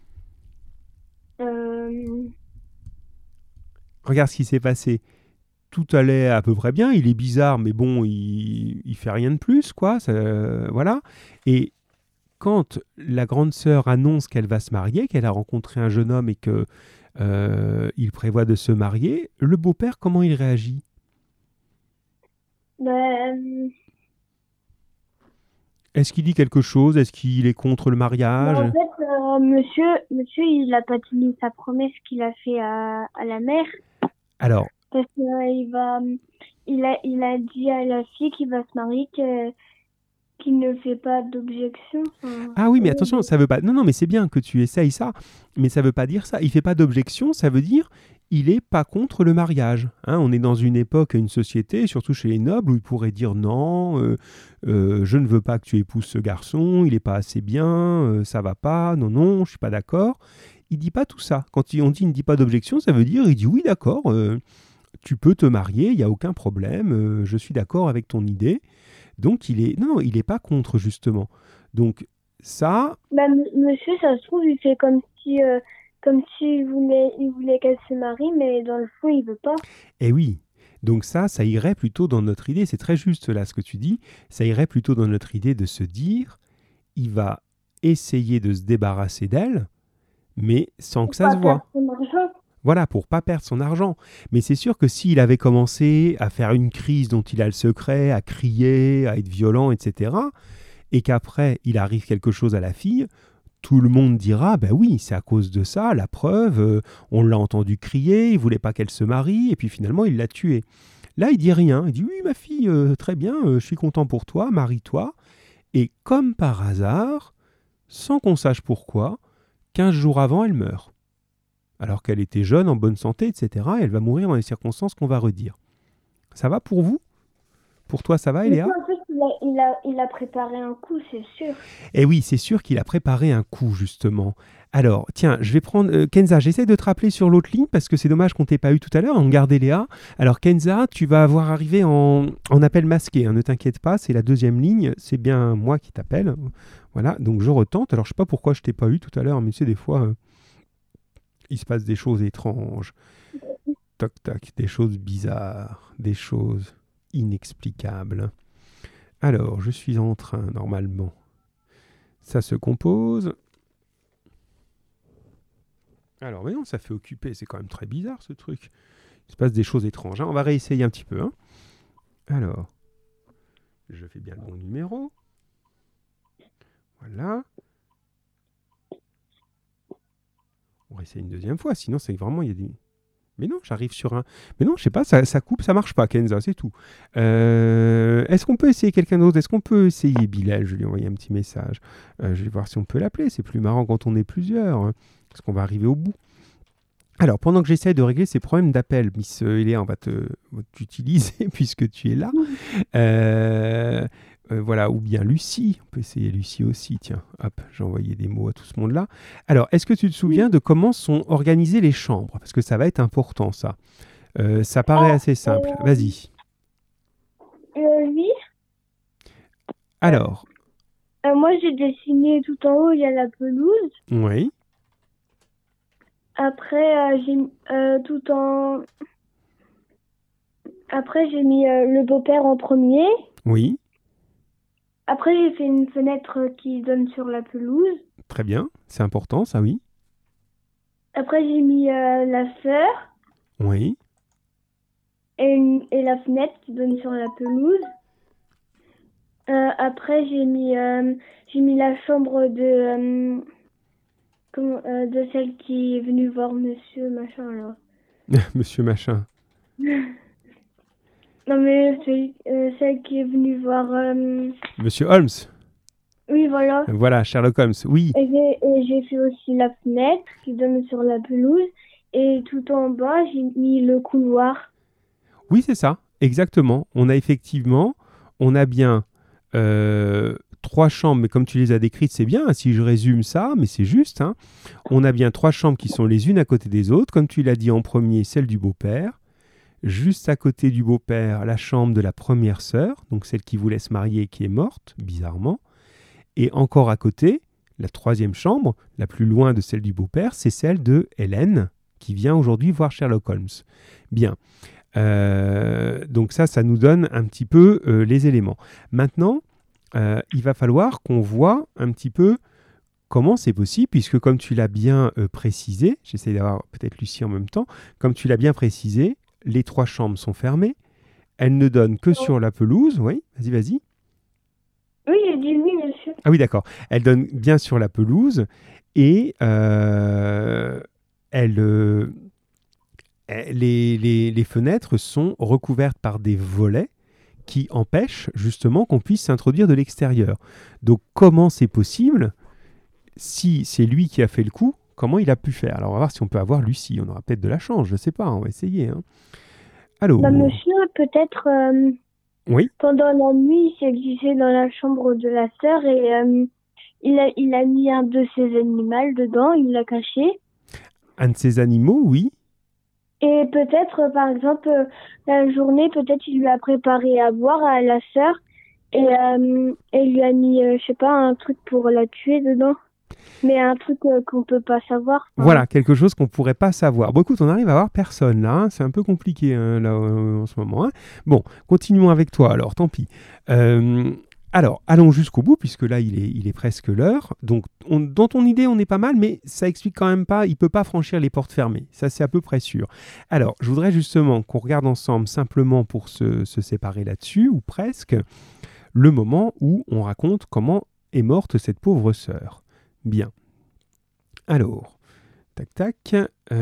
Euh, Regarde ce qui s'est passé. Tout allait à peu près bien. Il est bizarre, mais bon, il fait rien de plus, quoi. Voilà. Et quand la grande sœur annonce qu'elle va se marier, qu'elle a rencontré un jeune homme et que il prévoit de se marier, le beau-père, comment il réagit? ben, Est-ce qu'il dit quelque chose? Est-ce qu'il est contre le ben, mariage? en fait, monsieur, il a pas tenu sa promesse qu'il a fait à la mère. Alors, Parce il a dit à la fille qu'il va se marier qu'il ne fait pas d'objection. ah oui, mais attention, ça veut pas. Non, non, mais c'est bien que tu essayes ça, mais ça veut pas dire ça. Il fait pas d'objection, ça veut dire il est pas contre le mariage. Hein, on est dans une époque, une société, surtout chez les nobles, où il pourrait dire non, je ne veux pas que tu épouses ce garçon, il est pas assez bien, ça va pas, non, non, je suis pas d'accord. Il dit pas tout ça. Quand on dit il ne dit pas d'objection, ça veut dire il dit oui, d'accord, tu peux te marier, il y a aucun problème, je suis d'accord avec ton idée. Donc non, il est pas contre justement. Donc ça, Ben, monsieur, ça se trouve, il fait comme s'il il voulait qu'elle se marie, mais dans le fond, il veut pas. eh oui. Donc ça irait plutôt dans notre idée. C'est très juste là ce que tu dis. Ça irait plutôt dans notre idée de se dire, il va essayer de se débarrasser d'elle, mais sans que ça se Pas perdre voit. son argent. Voilà, pour pas perdre son argent. Mais c'est sûr que s'il avait commencé à faire une crise dont il a le secret, à crier, à être violent, etc., et qu'après il arrive quelque chose à la fille, tout le monde dira, ben oui, c'est à cause de ça, la preuve, on l'a entendu crier, il voulait pas qu'elle se marie, et puis finalement il l'a tuée. Là, il dit rien, il dit, oui, ma fille, très bien, je suis content pour toi, marie-toi. Et comme par hasard, sans qu'on sache pourquoi, 15 jours avant, elle meurt. Alors qu'elle était jeune, en bonne santé, etc., elle va mourir dans les circonstances qu'on va redire. Ça va pour vous? Pour toi, ça va, Mais Eléa? en fait, il a préparé un coup, c'est sûr. Eh oui, c'est sûr qu'il a préparé un coup, justement. Alors, tiens, je vais prendre... Kenza, j'essaie de te rappeler sur l'autre ligne, parce que c'est dommage qu'on t'ait pas eu tout à l'heure. On gardait Léa. Alors, Kenza, tu vas avoir arrivé en appel masqué. Hein, ne t'inquiète pas, c'est la deuxième ligne. C'est bien moi qui t'appelle. Voilà, donc je retente. Alors, je sais pas pourquoi je t'ai pas eu tout à l'heure, mais tu sais, des fois, il se passe des choses étranges. Toc, toc, des choses bizarres, des choses inexplicables. Alors, je suis en train, normalement... Ça se compose. Alors, mais non, ça fait occuper. C'est quand même très bizarre, ce truc. Il se passe des choses étranges. Hein. On va réessayer un petit peu. Hein. Alors, je fais bien le bon numéro. Voilà. On va essayer une deuxième fois. Sinon, c'est vraiment... Il y a des... Mais non, j'arrive sur un... Mais non, je sais pas, ça coupe, ça marche pas, Kenza, c'est tout. Est-ce qu'on peut essayer quelqu'un d'autre? Est-ce qu'on peut essayer Bilal? Je vais lui envoyer un petit message. Je vais voir si on peut l'appeler. C'est plus marrant quand on est plusieurs. Hein, parce qu'on va arriver au bout. Alors, pendant que j'essaie de régler ces problèmes d'appel, Miss Eléa, on va t'utiliser puisque tu es là. Voilà, ou bien Lucie. On peut essayer Lucie aussi. Tiens, hop, j'ai envoyé des mots à tout ce monde-là. Alors, est-ce que tu te souviens de comment sont organisées les chambres? Parce que ça va être important, ça. Ça paraît assez simple. Vas-y. Oui. Alors, Moi, j'ai dessiné tout en haut, il y a la pelouse. oui, Après, Après, j'ai mis le beau-père en premier. oui, Après, j'ai fait une fenêtre qui donne sur la pelouse. très bien. C'est important, ça, oui. Après, j'ai mis la sœur Oui, et la fenêtre qui donne sur la pelouse. Après, j'ai mis la chambre de celle qui est venue voir monsieur machin là. monsieur machin. Non, mais c'est celle qui est venue voir. Monsieur Holmes. Oui, voilà. Voilà, Sherlock Holmes. Oui, Et j'ai fait aussi la fenêtre qui donne sur la pelouse. Et tout en bas, j'ai mis le couloir. oui, c'est ça, exactement. On a bien 3 chambres, mais comme tu les as décrites, c'est bien, hein, si je résume ça, mais c'est juste, hein. On a bien 3 chambres qui sont les unes à côté des autres. Comme tu l'as dit en premier, celle du beau-père. Juste à côté du beau-père, la chambre de la première sœur, donc celle qui voulait se marier et qui est morte, bizarrement. Et encore à côté, la 3e chambre, la plus loin de celle du beau-père, c'est celle de Hélène, qui vient aujourd'hui voir Sherlock Holmes. Bien. Donc ça nous donne un petit peu les éléments. Maintenant, il va falloir qu'on voit un petit peu comment c'est possible, puisque comme tu l'as bien précisé, j'essaie d'avoir peut-être Lucie en même temps, comme tu l'as bien précisé, les 3 chambres sont fermées, elles ne donnent que sur la pelouse. Oui, vas-y. Oui, j'ai dit oui, monsieur. Ah oui, d'accord. Elles donnent bien sur la pelouse et les fenêtres sont recouvertes par des volets qui empêchent justement qu'on puisse s'introduire de l'extérieur. Donc comment c'est possible? Si c'est lui qui a fait le coup, comment il a pu faire? Alors on va voir si on peut avoir Lucie. On aura peut-être de la chance, je ne sais pas, on va essayer. Hein. Allô? Bah, monsieur, peut-être Oui, pendant la nuit, il s'est glissé dans la chambre de la sœur et il a mis un de ses animaux dedans, il l'a caché. un de ces animaux, oui. Et peut-être, par exemple, la journée, peut-être il lui a préparé à boire à la sœur et il lui a mis, je sais pas, un truc pour la tuer dedans. Mais un truc qu'on peut pas savoir. Voilà, quelque chose qu'on ne pourrait pas savoir. Bon, écoute, on arrive à voir personne là, hein. C'est un peu compliqué hein, là en ce moment. Hein. Bon, continuons avec toi alors, tant pis. Alors, allons jusqu'au bout, puisque là, il est presque l'heure. Donc, dans ton idée, on est pas mal, mais ça explique quand même pas, il ne peut pas franchir les portes fermées. Ça, c'est à peu près sûr. Alors, je voudrais justement qu'on regarde ensemble, simplement pour se séparer là-dessus, ou presque, le moment où on raconte comment est morte cette pauvre sœur. Bien. Alors, tac.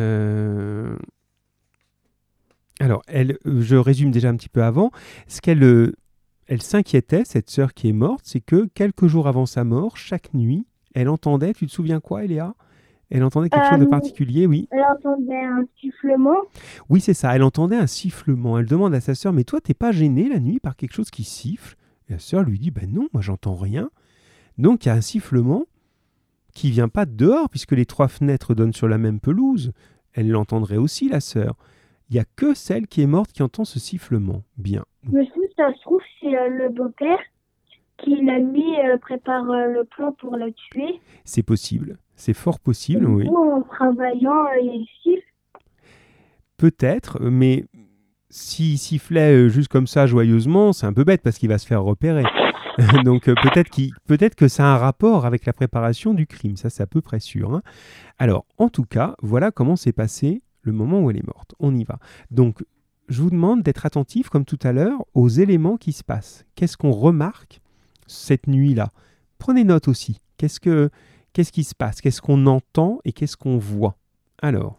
Alors, je résume déjà un petit peu avant. Ce qu'elle elle s'inquiétait, cette sœur qui est morte, c'est que quelques jours avant sa mort, chaque nuit, elle entendait, tu te souviens quoi, Eléa? Elle entendait quelque chose de particulier, oui. Elle entendait un sifflement. Oui, c'est ça, elle entendait un sifflement. Elle demande à sa sœur, mais toi, t'es pas gênée la nuit par quelque chose qui siffle? Et la sœur lui dit, ben non, moi j'entends rien. Donc il y a un sifflement qui vient pas de dehors, puisque les 3 fenêtres donnent sur la même pelouse. Elle l'entendrait aussi, la sœur. Il n'y a que celle qui est morte qui entend ce sifflement. Bien. Monsieur, ça se trouve, c'est le beau-père qui, la nuit, prépare le plan pour la tuer. C'est possible. C'est fort possible, Et oui. du coup, en travaillant, il siffle. Peut-être, mais s'il sifflait juste comme ça, joyeusement, c'est un peu bête, parce qu'il va se faire repérer. Donc peut-être que ça a un rapport avec la préparation du crime, ça c'est à peu près sûr. Hein. Alors en tout cas, voilà comment s'est passé le moment où elle est morte. On y va. Donc je vous demande d'être attentif comme tout à l'heure aux éléments qui se passent. Qu'est-ce qu'on remarque cette nuit-là? Prenez note aussi. Qu'est-ce qui se passe? Qu'est-ce qu'on entend et qu'est-ce qu'on voit? Alors,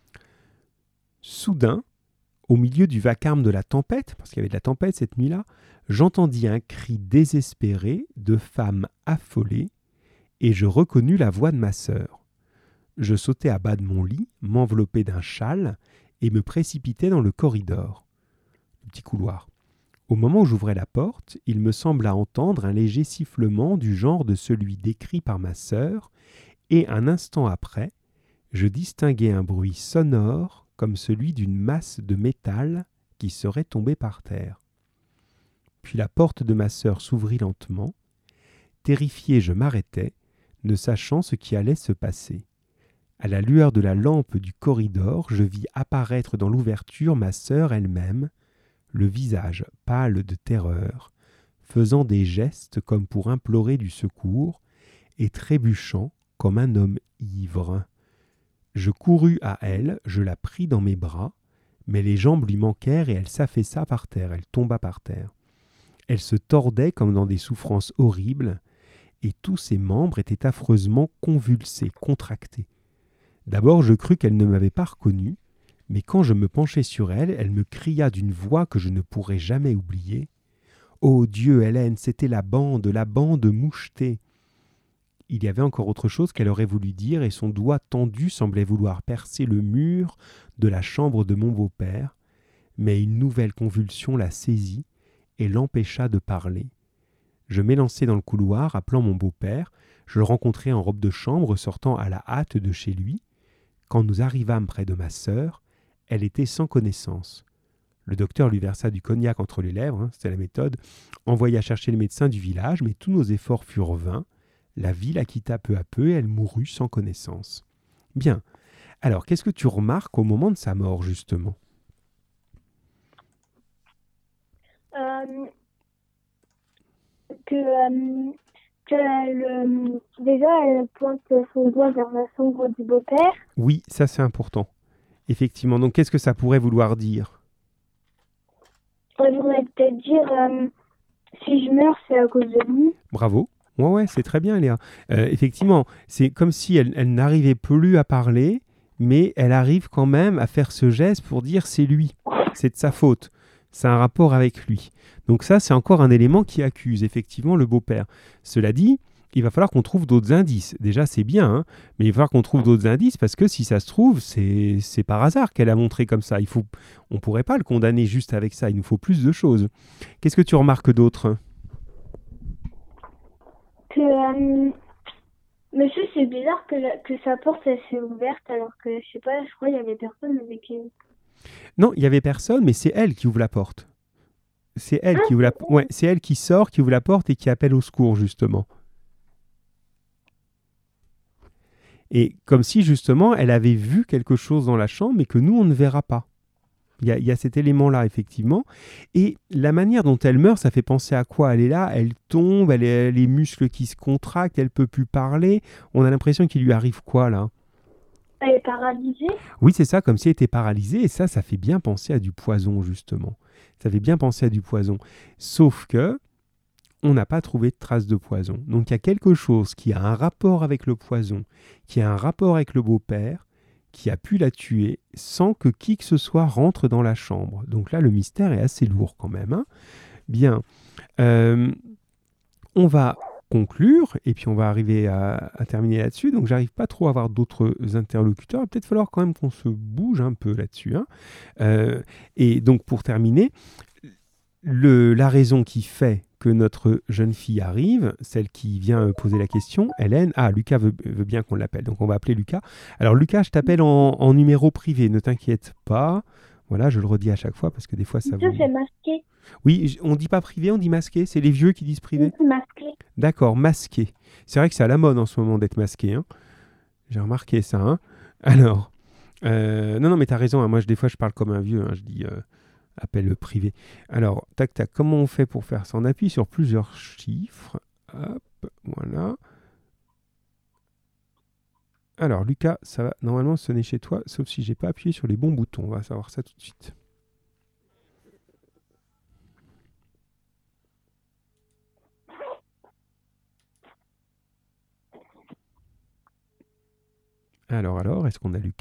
soudain, au milieu du vacarme de la tempête, parce qu'il y avait de la tempête cette nuit-là, j'entendis un cri désespéré de femme affolée et je reconnus la voix de ma sœur. Je sautai à bas de mon lit, m'enveloppai d'un châle et me précipitai dans le corridor, le petit couloir. Au moment où j'ouvrais la porte, il me sembla entendre un léger sifflement du genre de celui décrit par ma sœur et un instant après, je distinguai un bruit sonore comme celui d'une masse de métal qui serait tombée par terre. Puis la porte de ma sœur s'ouvrit lentement. Terrifié, je m'arrêtai, ne sachant ce qui allait se passer. À la lueur de la lampe du corridor, je vis apparaître dans l'ouverture ma sœur elle-même, le visage pâle de terreur, faisant des gestes comme pour implorer du secours et trébuchant comme un homme ivre. Je courus à elle, je la pris dans mes bras, mais les jambes lui manquèrent et elle s'affaissa par terre, elle tomba par terre. Elle se tordait comme dans des souffrances horribles, et tous ses membres étaient affreusement convulsés, contractés. D'abord, je crus qu'elle ne m'avait pas reconnu, Mais quand je me penchai sur elle, elle me cria d'une voix que je ne pourrai jamais oublier. « Ô Dieu, Hélène, c'était la bande mouchetée !» Il y avait encore autre chose qu'elle aurait voulu dire, et son doigt tendu semblait vouloir percer le mur de la chambre de mon beau-père, mais une nouvelle convulsion la saisit et l'empêcha de parler. Je m'élançai dans le couloir, appelant mon beau-père. Je le rencontrai en robe de chambre, sortant à la hâte de chez lui. Quand nous arrivâmes près de ma sœur, elle était sans connaissance. Le docteur lui versa du cognac entre les lèvres, c'était la méthode, envoya chercher le médecin du village, mais tous nos efforts furent vains. La vie la quitta peu à peu et elle mourut sans connaissance. Bien. Alors, qu'est-ce que tu remarques au moment de sa mort, justement ? Déjà, elle pointe son doigt vers la chambre du beau-père. Oui, ça c'est important. Effectivement. Donc, qu'est-ce que ça pourrait vouloir dire ? Elle voudrait peut-être dire si je meurs, c'est à cause de lui. Bravo. Ouais, c'est très bien, Léa. Effectivement, c'est comme si elle n'arrivait plus à parler, mais elle arrive quand même à faire ce geste pour dire c'est lui, c'est de sa faute. C'est un rapport avec lui. Donc ça, c'est encore un élément qui accuse effectivement le beau-père. Cela dit, il va falloir qu'on trouve d'autres indices. Déjà, c'est bien, mais il va falloir qu'on trouve d'autres indices parce que si ça se trouve, c'est par hasard qu'elle a montré comme ça. On ne pourrait pas le condamner juste avec ça. Il nous faut plus de choses. Qu'est-ce que tu remarques d'autre ? Monsieur, c'est bizarre que sa porte elle s'est ouverte alors que, je sais pas, je crois qu'il y avait personne avec elle. Non, il n'y avait personne, mais c'est elle qui ouvre la porte. C'est elle qui ouvre la porte. Ouais, c'est elle qui sort, qui ouvre la porte et qui appelle au secours, justement. Et comme si, justement, elle avait vu quelque chose dans la chambre, mais que nous, on ne verra pas. Il y a cet élément-là, effectivement. Et la manière dont elle meurt, ça fait penser à quoi ? Elle est là, elle tombe, elle a les muscles qui se contractent, elle ne peut plus parler. On a l'impression qu'il lui arrive quoi, là ? Elle est paralysée ? Oui, c'est ça, comme si elle était paralysée. Et ça fait bien penser à du poison, justement. Ça fait bien penser à du poison. Sauf que on n'a pas trouvé de traces de poison. Donc, il y a quelque chose qui a un rapport avec le poison, qui a un rapport avec le beau-père, qui a pu la tuer sans que qui que ce soit rentre dans la chambre. Donc là, le mystère est assez lourd quand même. Bien. On va conclure et puis on va arriver à terminer là-dessus. Donc, j'arrive pas trop à avoir d'autres interlocuteurs. Il va peut-être falloir quand même qu'on se bouge un peu là-dessus. Et donc, pour terminer, la raison qui fait que notre jeune fille arrive, celle qui vient poser la question, Hélène. Ah, Lucas veut bien qu'on l'appelle, donc on va appeler Lucas. Alors Lucas, je t'appelle en numéro privé, ne t'inquiète pas. Voilà, je le redis à chaque fois parce que des fois ça vous... c'est masqué. Oui, on dit pas privé, on dit masqué. C'est les vieux qui disent privé. C'est masqué. D'accord, masqué. C'est vrai que c'est à la mode en ce moment d'être masqué. J'ai remarqué ça. Alors, non, mais t'as raison. Moi, des fois, je parle comme un vieux. Je dis... appel privé. Alors, tac, comment on fait pour faire ça ? On appuie sur plusieurs chiffres. Hop, voilà. Alors, Lucas, ça va normalement sonner chez toi, sauf si j'ai pas appuyé sur les bons boutons. On va savoir ça tout de suite. Alors, est-ce qu'on a Lucas ?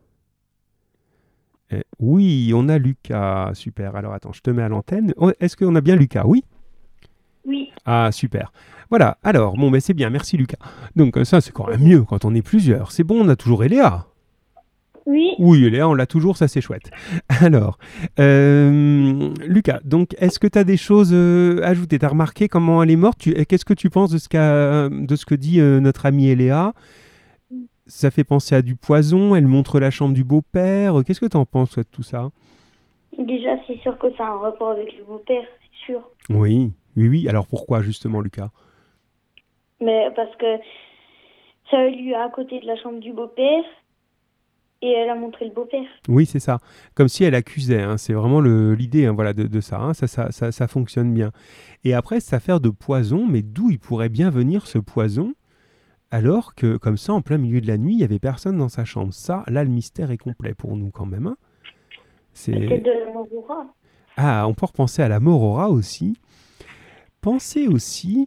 Oui, on a Lucas. Super. Alors, attends, je te mets à l'antenne. Est-ce qu'on a bien Lucas ? Oui ? Oui. Ah, super. Voilà. Alors, c'est bien. Merci, Lucas. Donc, ça, c'est quand même mieux quand on est plusieurs. C'est bon, on a toujours Eléa. Oui. Oui, Eléa, on l'a toujours, ça, c'est chouette. Alors, Lucas, donc, est-ce que tu as des choses ajoutées ? Tu as remarqué comment elle est morte ? Qu'est-ce que tu penses de ce que dit notre amie Eléa ? Ça fait penser à du poison, elle montre la chambre du beau-père. Qu'est-ce que tu en penses de tout ça ? Déjà, c'est sûr que ça a un rapport avec le beau-père, c'est sûr. Oui. Alors pourquoi justement, Lucas ? Mais parce que ça a eu lieu à côté de la chambre du beau-père et elle a montré le beau-père. Oui, c'est ça. Comme si elle accusait. C'est vraiment l'idée de ça, ça fonctionne bien. Et après, cette affaire de poison, mais d'où il pourrait bien venir ce poison ? Alors que, comme ça, en plein milieu de la nuit, il n'y avait personne dans sa chambre. Ça, là, le mystère est complet pour nous quand même. C'est peut-être de la Morora. Ah, on peut repenser à la Morora aussi. Pensez aussi,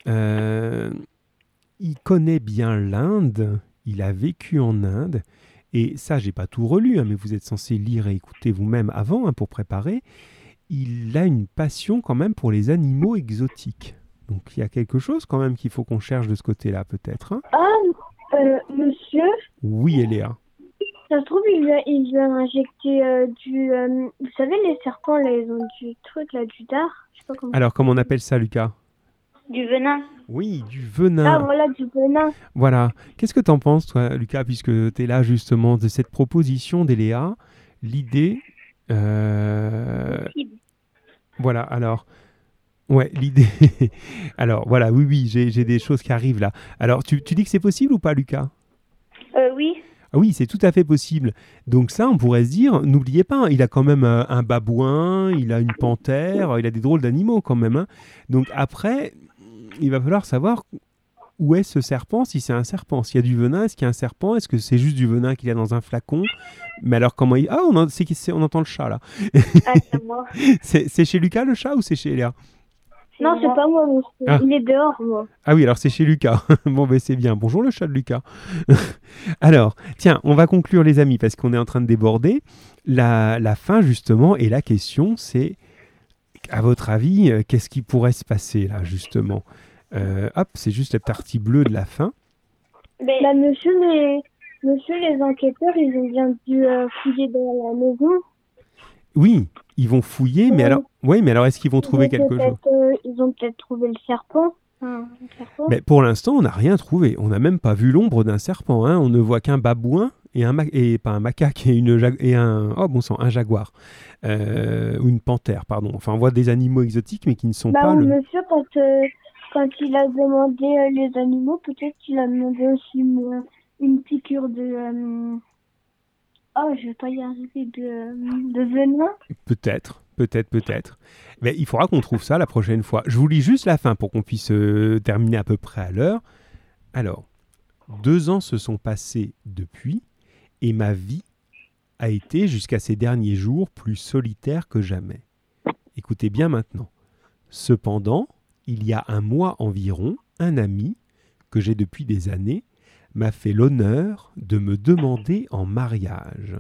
il connaît bien l'Inde, il a vécu en Inde, Et ça, j'ai pas tout relu, hein, mais vous êtes censé lire et écouter vous-même avant, hein, pour préparer. Il a une passion quand même pour les animaux exotiques. Donc il y a quelque chose quand même qu'il faut qu'on cherche de ce côté-là, peut-être. Hein. Monsieur, Oui, Eléa. ça se trouve, il lui a injecté vous savez, les serpents, là, ils ont du truc, là, du dard. Je sais pas comment. Alors, comment on appelle ça, Lucas? Du venin. Oui, du Ah, venin. voilà, du venin. Voilà. Qu'est-ce que t'en penses, toi, Lucas, puisque tu es là, justement, de cette proposition d'Eléa, l'idée... Voilà, alors... Ouais, l'idée... Alors, voilà, oui, j'ai des choses qui arrivent là. Alors, tu dis que c'est possible ou pas, Lucas? Oui. Ah oui, c'est tout à fait possible. Donc ça, on pourrait se dire, n'oubliez pas, hein, il a quand même un babouin, il a une panthère, il a des drôles d'animaux quand même. Hein. Donc après, il va falloir savoir où est ce serpent, si c'est un serpent. S'il y a du venin, est-ce qu'il y a un serpent? Est-ce que c'est juste du venin qu'il y a dans un flacon? Mais alors comment il... Ah, on entend le chat là. Ah, c'est moi. C'est chez Lucas le chat ou c'est chez Léa? Non, c'est pas moi, monsieur. Ah. Il est dehors, moi. Ah oui, alors c'est chez Lucas. Bon, ben c'est bien. Bonjour le chat de Lucas. Alors, tiens, on va conclure les amis parce qu'on est en train de déborder. La fin justement et la question c'est, à votre avis, qu'est-ce qui pourrait se passer là justement? Hop, c'est juste la partie bleue de la fin. Bah, monsieur, les enquêteurs, ils ont bien dû fouiller dans la maison. Oui, ils vont fouiller, mais alors, oui, mais alors est-ce qu'ils vont trouver quelque chose? Ils ont peut-être trouvé le serpent. Mais pour l'instant, on n'a rien trouvé. On n'a même pas vu l'ombre d'un serpent. Hein. On ne voit qu'un babouin et pas un macaque et un jaguar ou une panthère, pardon. Enfin, on voit des animaux exotiques, mais qui ne sont pas. Monsieur, quand il a demandé les animaux, peut-être qu'il a demandé aussi une piqûre de. Je vais pas y arriver de venin. Peut-être. Mais il faudra qu'on trouve ça la prochaine fois. Je vous lis juste la fin pour qu'on puisse terminer à peu près à l'heure. Alors, 2 ans se sont passés depuis et ma vie a été jusqu'à ces derniers jours plus solitaire que jamais. Écoutez bien maintenant. Cependant, il y a 1 mois environ, un ami, que j'ai depuis des années, m'a fait l'honneur de me demander en mariage.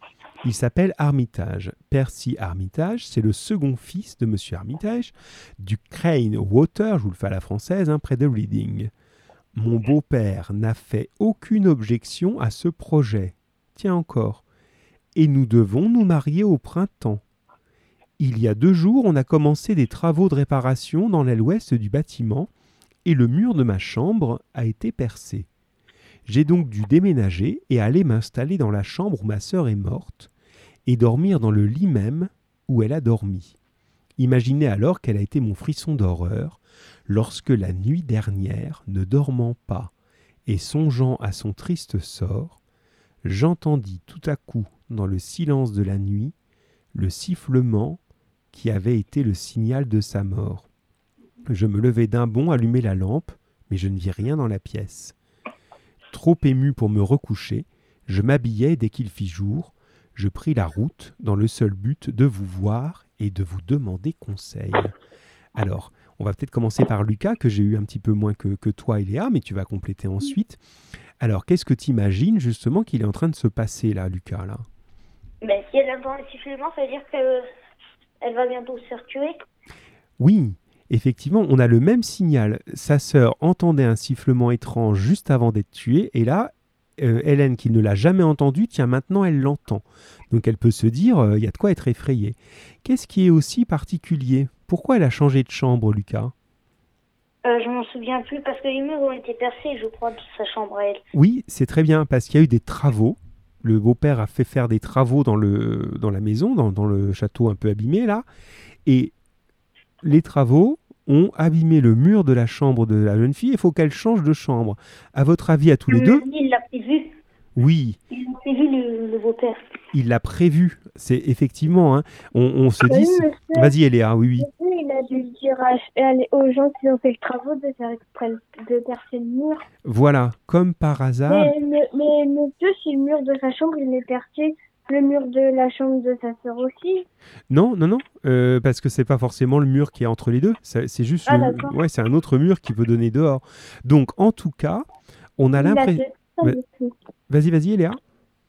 Il s'appelle Armitage. Percy Armitage, c'est le second fils de Monsieur Armitage, du Crane Water, je vous le fais à la française, près de Reading. Mon beau-père n'a fait aucune objection à ce projet. Tiens encore. Et nous devons nous marier au printemps. Il y a 2 jours, on a commencé des travaux de réparation dans l'aile ouest du bâtiment et le mur de ma chambre a été percé. J'ai donc dû déménager et aller m'installer dans la chambre où ma sœur est morte et dormir dans le lit même où elle a dormi. Imaginez alors quel a été mon frisson d'horreur lorsque la nuit dernière, ne dormant pas et songeant à son triste sort, j'entendis tout à coup dans le silence de la nuit le sifflement qui avait été le signal de sa mort. Je me levai d'un bond, allumai la lampe, mais je ne vis rien dans la pièce. Trop ému pour me recoucher, je m'habillai dès qu'il fit jour. Je pris la route dans le seul but de vous voir et de vous demander conseil. Alors, on va peut-être commencer par Lucas, que j'ai eu un petit peu moins que toi et Léa, mais tu vas compléter ensuite. Alors, qu'est-ce que tu imagines justement qu'il est en train de se passer là, Lucas là? Si elle entend le sifflement, ça veut dire qu'elle va bientôt se faire tuer. Oui. Effectivement, on a le même signal. Sa sœur entendait un sifflement étrange juste avant d'être tuée, et là, Hélène, qui ne l'a jamais entendu, tiens, maintenant elle l'entend. Donc elle peut se dire, il y a de quoi être effrayée. Qu'est-ce qui est aussi particulier? Pourquoi elle a changé de chambre, Lucas? Je m'en souviens plus, parce que les murs ont été percés, je crois, de sa chambre à elle. Oui, c'est très bien, parce qu'il y a eu des travaux. Le beau-père a fait faire des travaux dans la maison, dans le château un peu abîmé, là, et les travaux ont abîmé le mur de la chambre de la jeune fille. Il faut qu'elle change de chambre. À votre avis, à tous les deux? Il l'a prévu. Oui. Il a prévu le beau-père. Il l'a prévu. C'est effectivement. On se dit. Monsieur, Vas-y, Eléa. Oui. Monsieur, il a dû dire aux gens qui ont fait le travaux de percer le mur. Voilà, comme par hasard. Mais monsieur, si le mur de sa chambre il est percé, le mur de la chambre de sa sœur aussi? Non, parce que c'est pas forcément le mur qui est entre les deux. C'est juste c'est un autre mur qui peut donner dehors. Donc, en tout cas, on a l'impression. Vas-y, Eléa.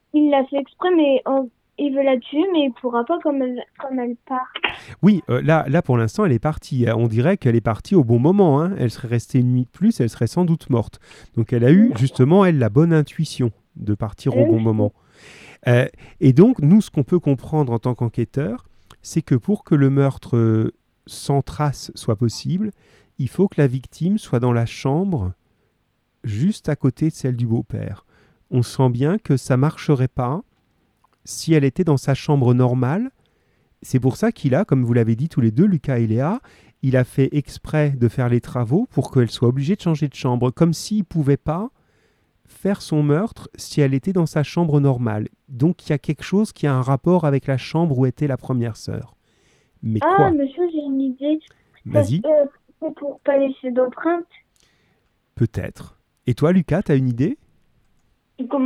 il l'a fait exprès, mais il veut la tuer, mais il pourra pas comme elle part. Oui, là, pour l'instant, elle est partie. On dirait qu'elle est partie au bon moment, hein. Elle serait restée une nuit de plus, elle serait sans doute morte. Donc, elle a eu, justement, elle, la bonne intuition de partir au bon moment. Et donc, nous, ce qu'on peut comprendre en tant qu'enquêteur, c'est que pour que le meurtre sans trace soit possible, il faut que la victime soit dans la chambre juste à côté de celle du beau-père. On sent bien que ça ne marcherait pas si elle était dans sa chambre normale. C'est pour ça qu'il a, comme vous l'avez dit tous les deux, Lucas et Léa, il a fait exprès de faire les travaux pour qu'elle soit obligée de changer de chambre, comme s'il ne pouvait pas faire son meurtre si elle était dans sa chambre normale. Donc il y a quelque chose qui a un rapport avec la chambre où était la première sœur. Mais quoi ? Ah, monsieur, j'ai une idée. Vas-y. C'est pour pas laisser d'empreintes. Peut-être. Et toi, Lucas, tu as une idée ? Comment ?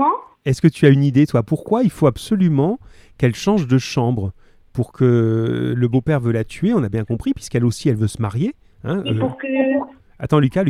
Est-ce que tu as une idée, toi ? Pourquoi il faut absolument qu'elle change de chambre ? Pour que le beau-père veut la tuer, on a bien compris, puisqu'elle aussi, elle veut se marier. Hein, Et pour que... Attends, Lucas.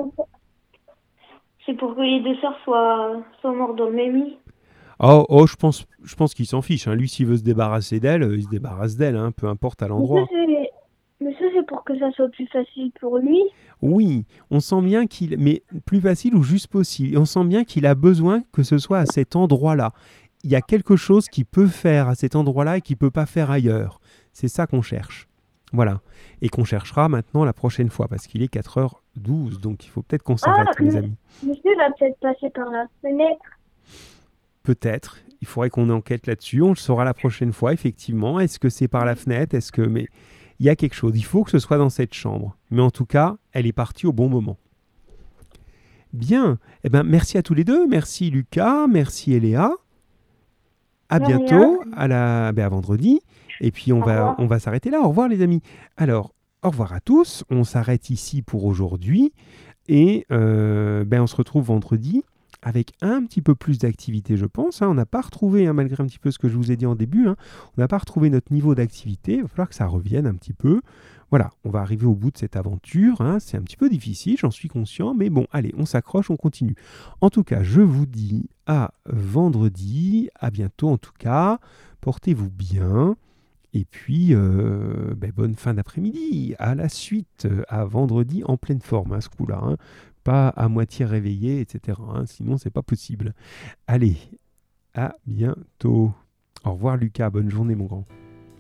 C'est pour que les deux sœurs soient mortes dans le même lit. Oh, je pense qu'il s'en fiche. Hein. Lui, s'il veut se débarrasser d'elle, il se débarrasse d'elle, hein, peu importe à l'endroit. Monsieur, c'est pour que ça soit plus facile pour lui. Oui, on sent bien mais plus facile ou juste possible. Et on sent bien qu'il a besoin que ce soit à cet endroit-là. Il y a quelque chose qu'il peut faire à cet endroit-là et qu'il ne peut pas faire ailleurs. C'est ça qu'on cherche. Voilà. Et qu'on cherchera maintenant la prochaine fois, parce qu'il est 4h12, donc il faut peut-être qu'on s'arrête, les amis. Monsieur va peut-être passer par la fenêtre. Peut-être. Il faudrait qu'on enquête là-dessus. On le saura la prochaine fois, effectivement. Est-ce que c'est par la fenêtre ? Mais il y a quelque chose. Il faut que ce soit dans cette chambre. Mais en tout cas, elle est partie au bon moment. Bien. Eh ben, merci à tous les deux. Merci Lucas. Merci Eléa. À bientôt. À vendredi. Et puis, on va s'arrêter là. Au revoir, les amis. Alors, au revoir à tous. On s'arrête ici pour aujourd'hui. Et on se retrouve vendredi avec un petit peu plus d'activité, je pense. On n'a pas retrouvé, malgré un petit peu ce que je vous ai dit en début, on n'a pas retrouvé notre niveau d'activité. Il va falloir que ça revienne un petit peu. Voilà, on va arriver au bout de cette aventure. C'est un petit peu difficile, j'en suis conscient. Mais bon, allez, on s'accroche, on continue. En tout cas, je vous dis à vendredi. À bientôt, en tout cas. Portez-vous bien. Et puis, bonne fin d'après-midi. À la suite, à vendredi en pleine forme, ce coup-là. Pas à moitié réveillé, etc. Sinon, c'est pas possible. Allez, à bientôt. Au revoir, Lucas. Bonne journée, mon grand.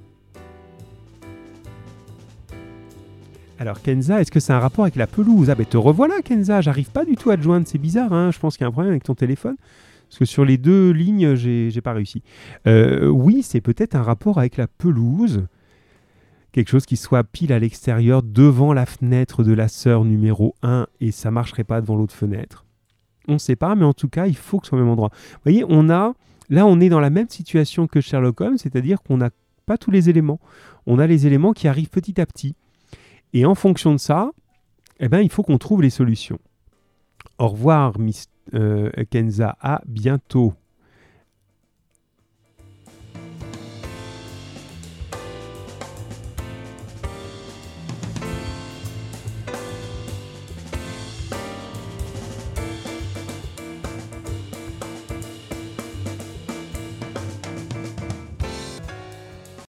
Alors, Kenza, est-ce que c'est un rapport avec la pelouse ? Te revoilà, Kenza. J'arrive pas du tout à te joindre. C'est bizarre, Je pense qu'il y a un problème avec ton téléphone. Parce que sur les deux lignes, j'ai pas réussi. Oui, c'est peut-être un rapport avec la pelouse. Quelque chose qui soit pile à l'extérieur, devant la fenêtre de la sœur numéro 1, et ça ne marcherait pas devant l'autre fenêtre. On ne sait pas, mais en tout cas, il faut que ce soit au même endroit. Vous voyez, là, on est dans la même situation que Sherlock Holmes, c'est-à-dire qu'on n'a pas tous les éléments. On a les éléments qui arrivent petit à petit. Et en fonction de ça, il faut qu'on trouve les solutions. Au revoir, Miss Kenza. À bientôt.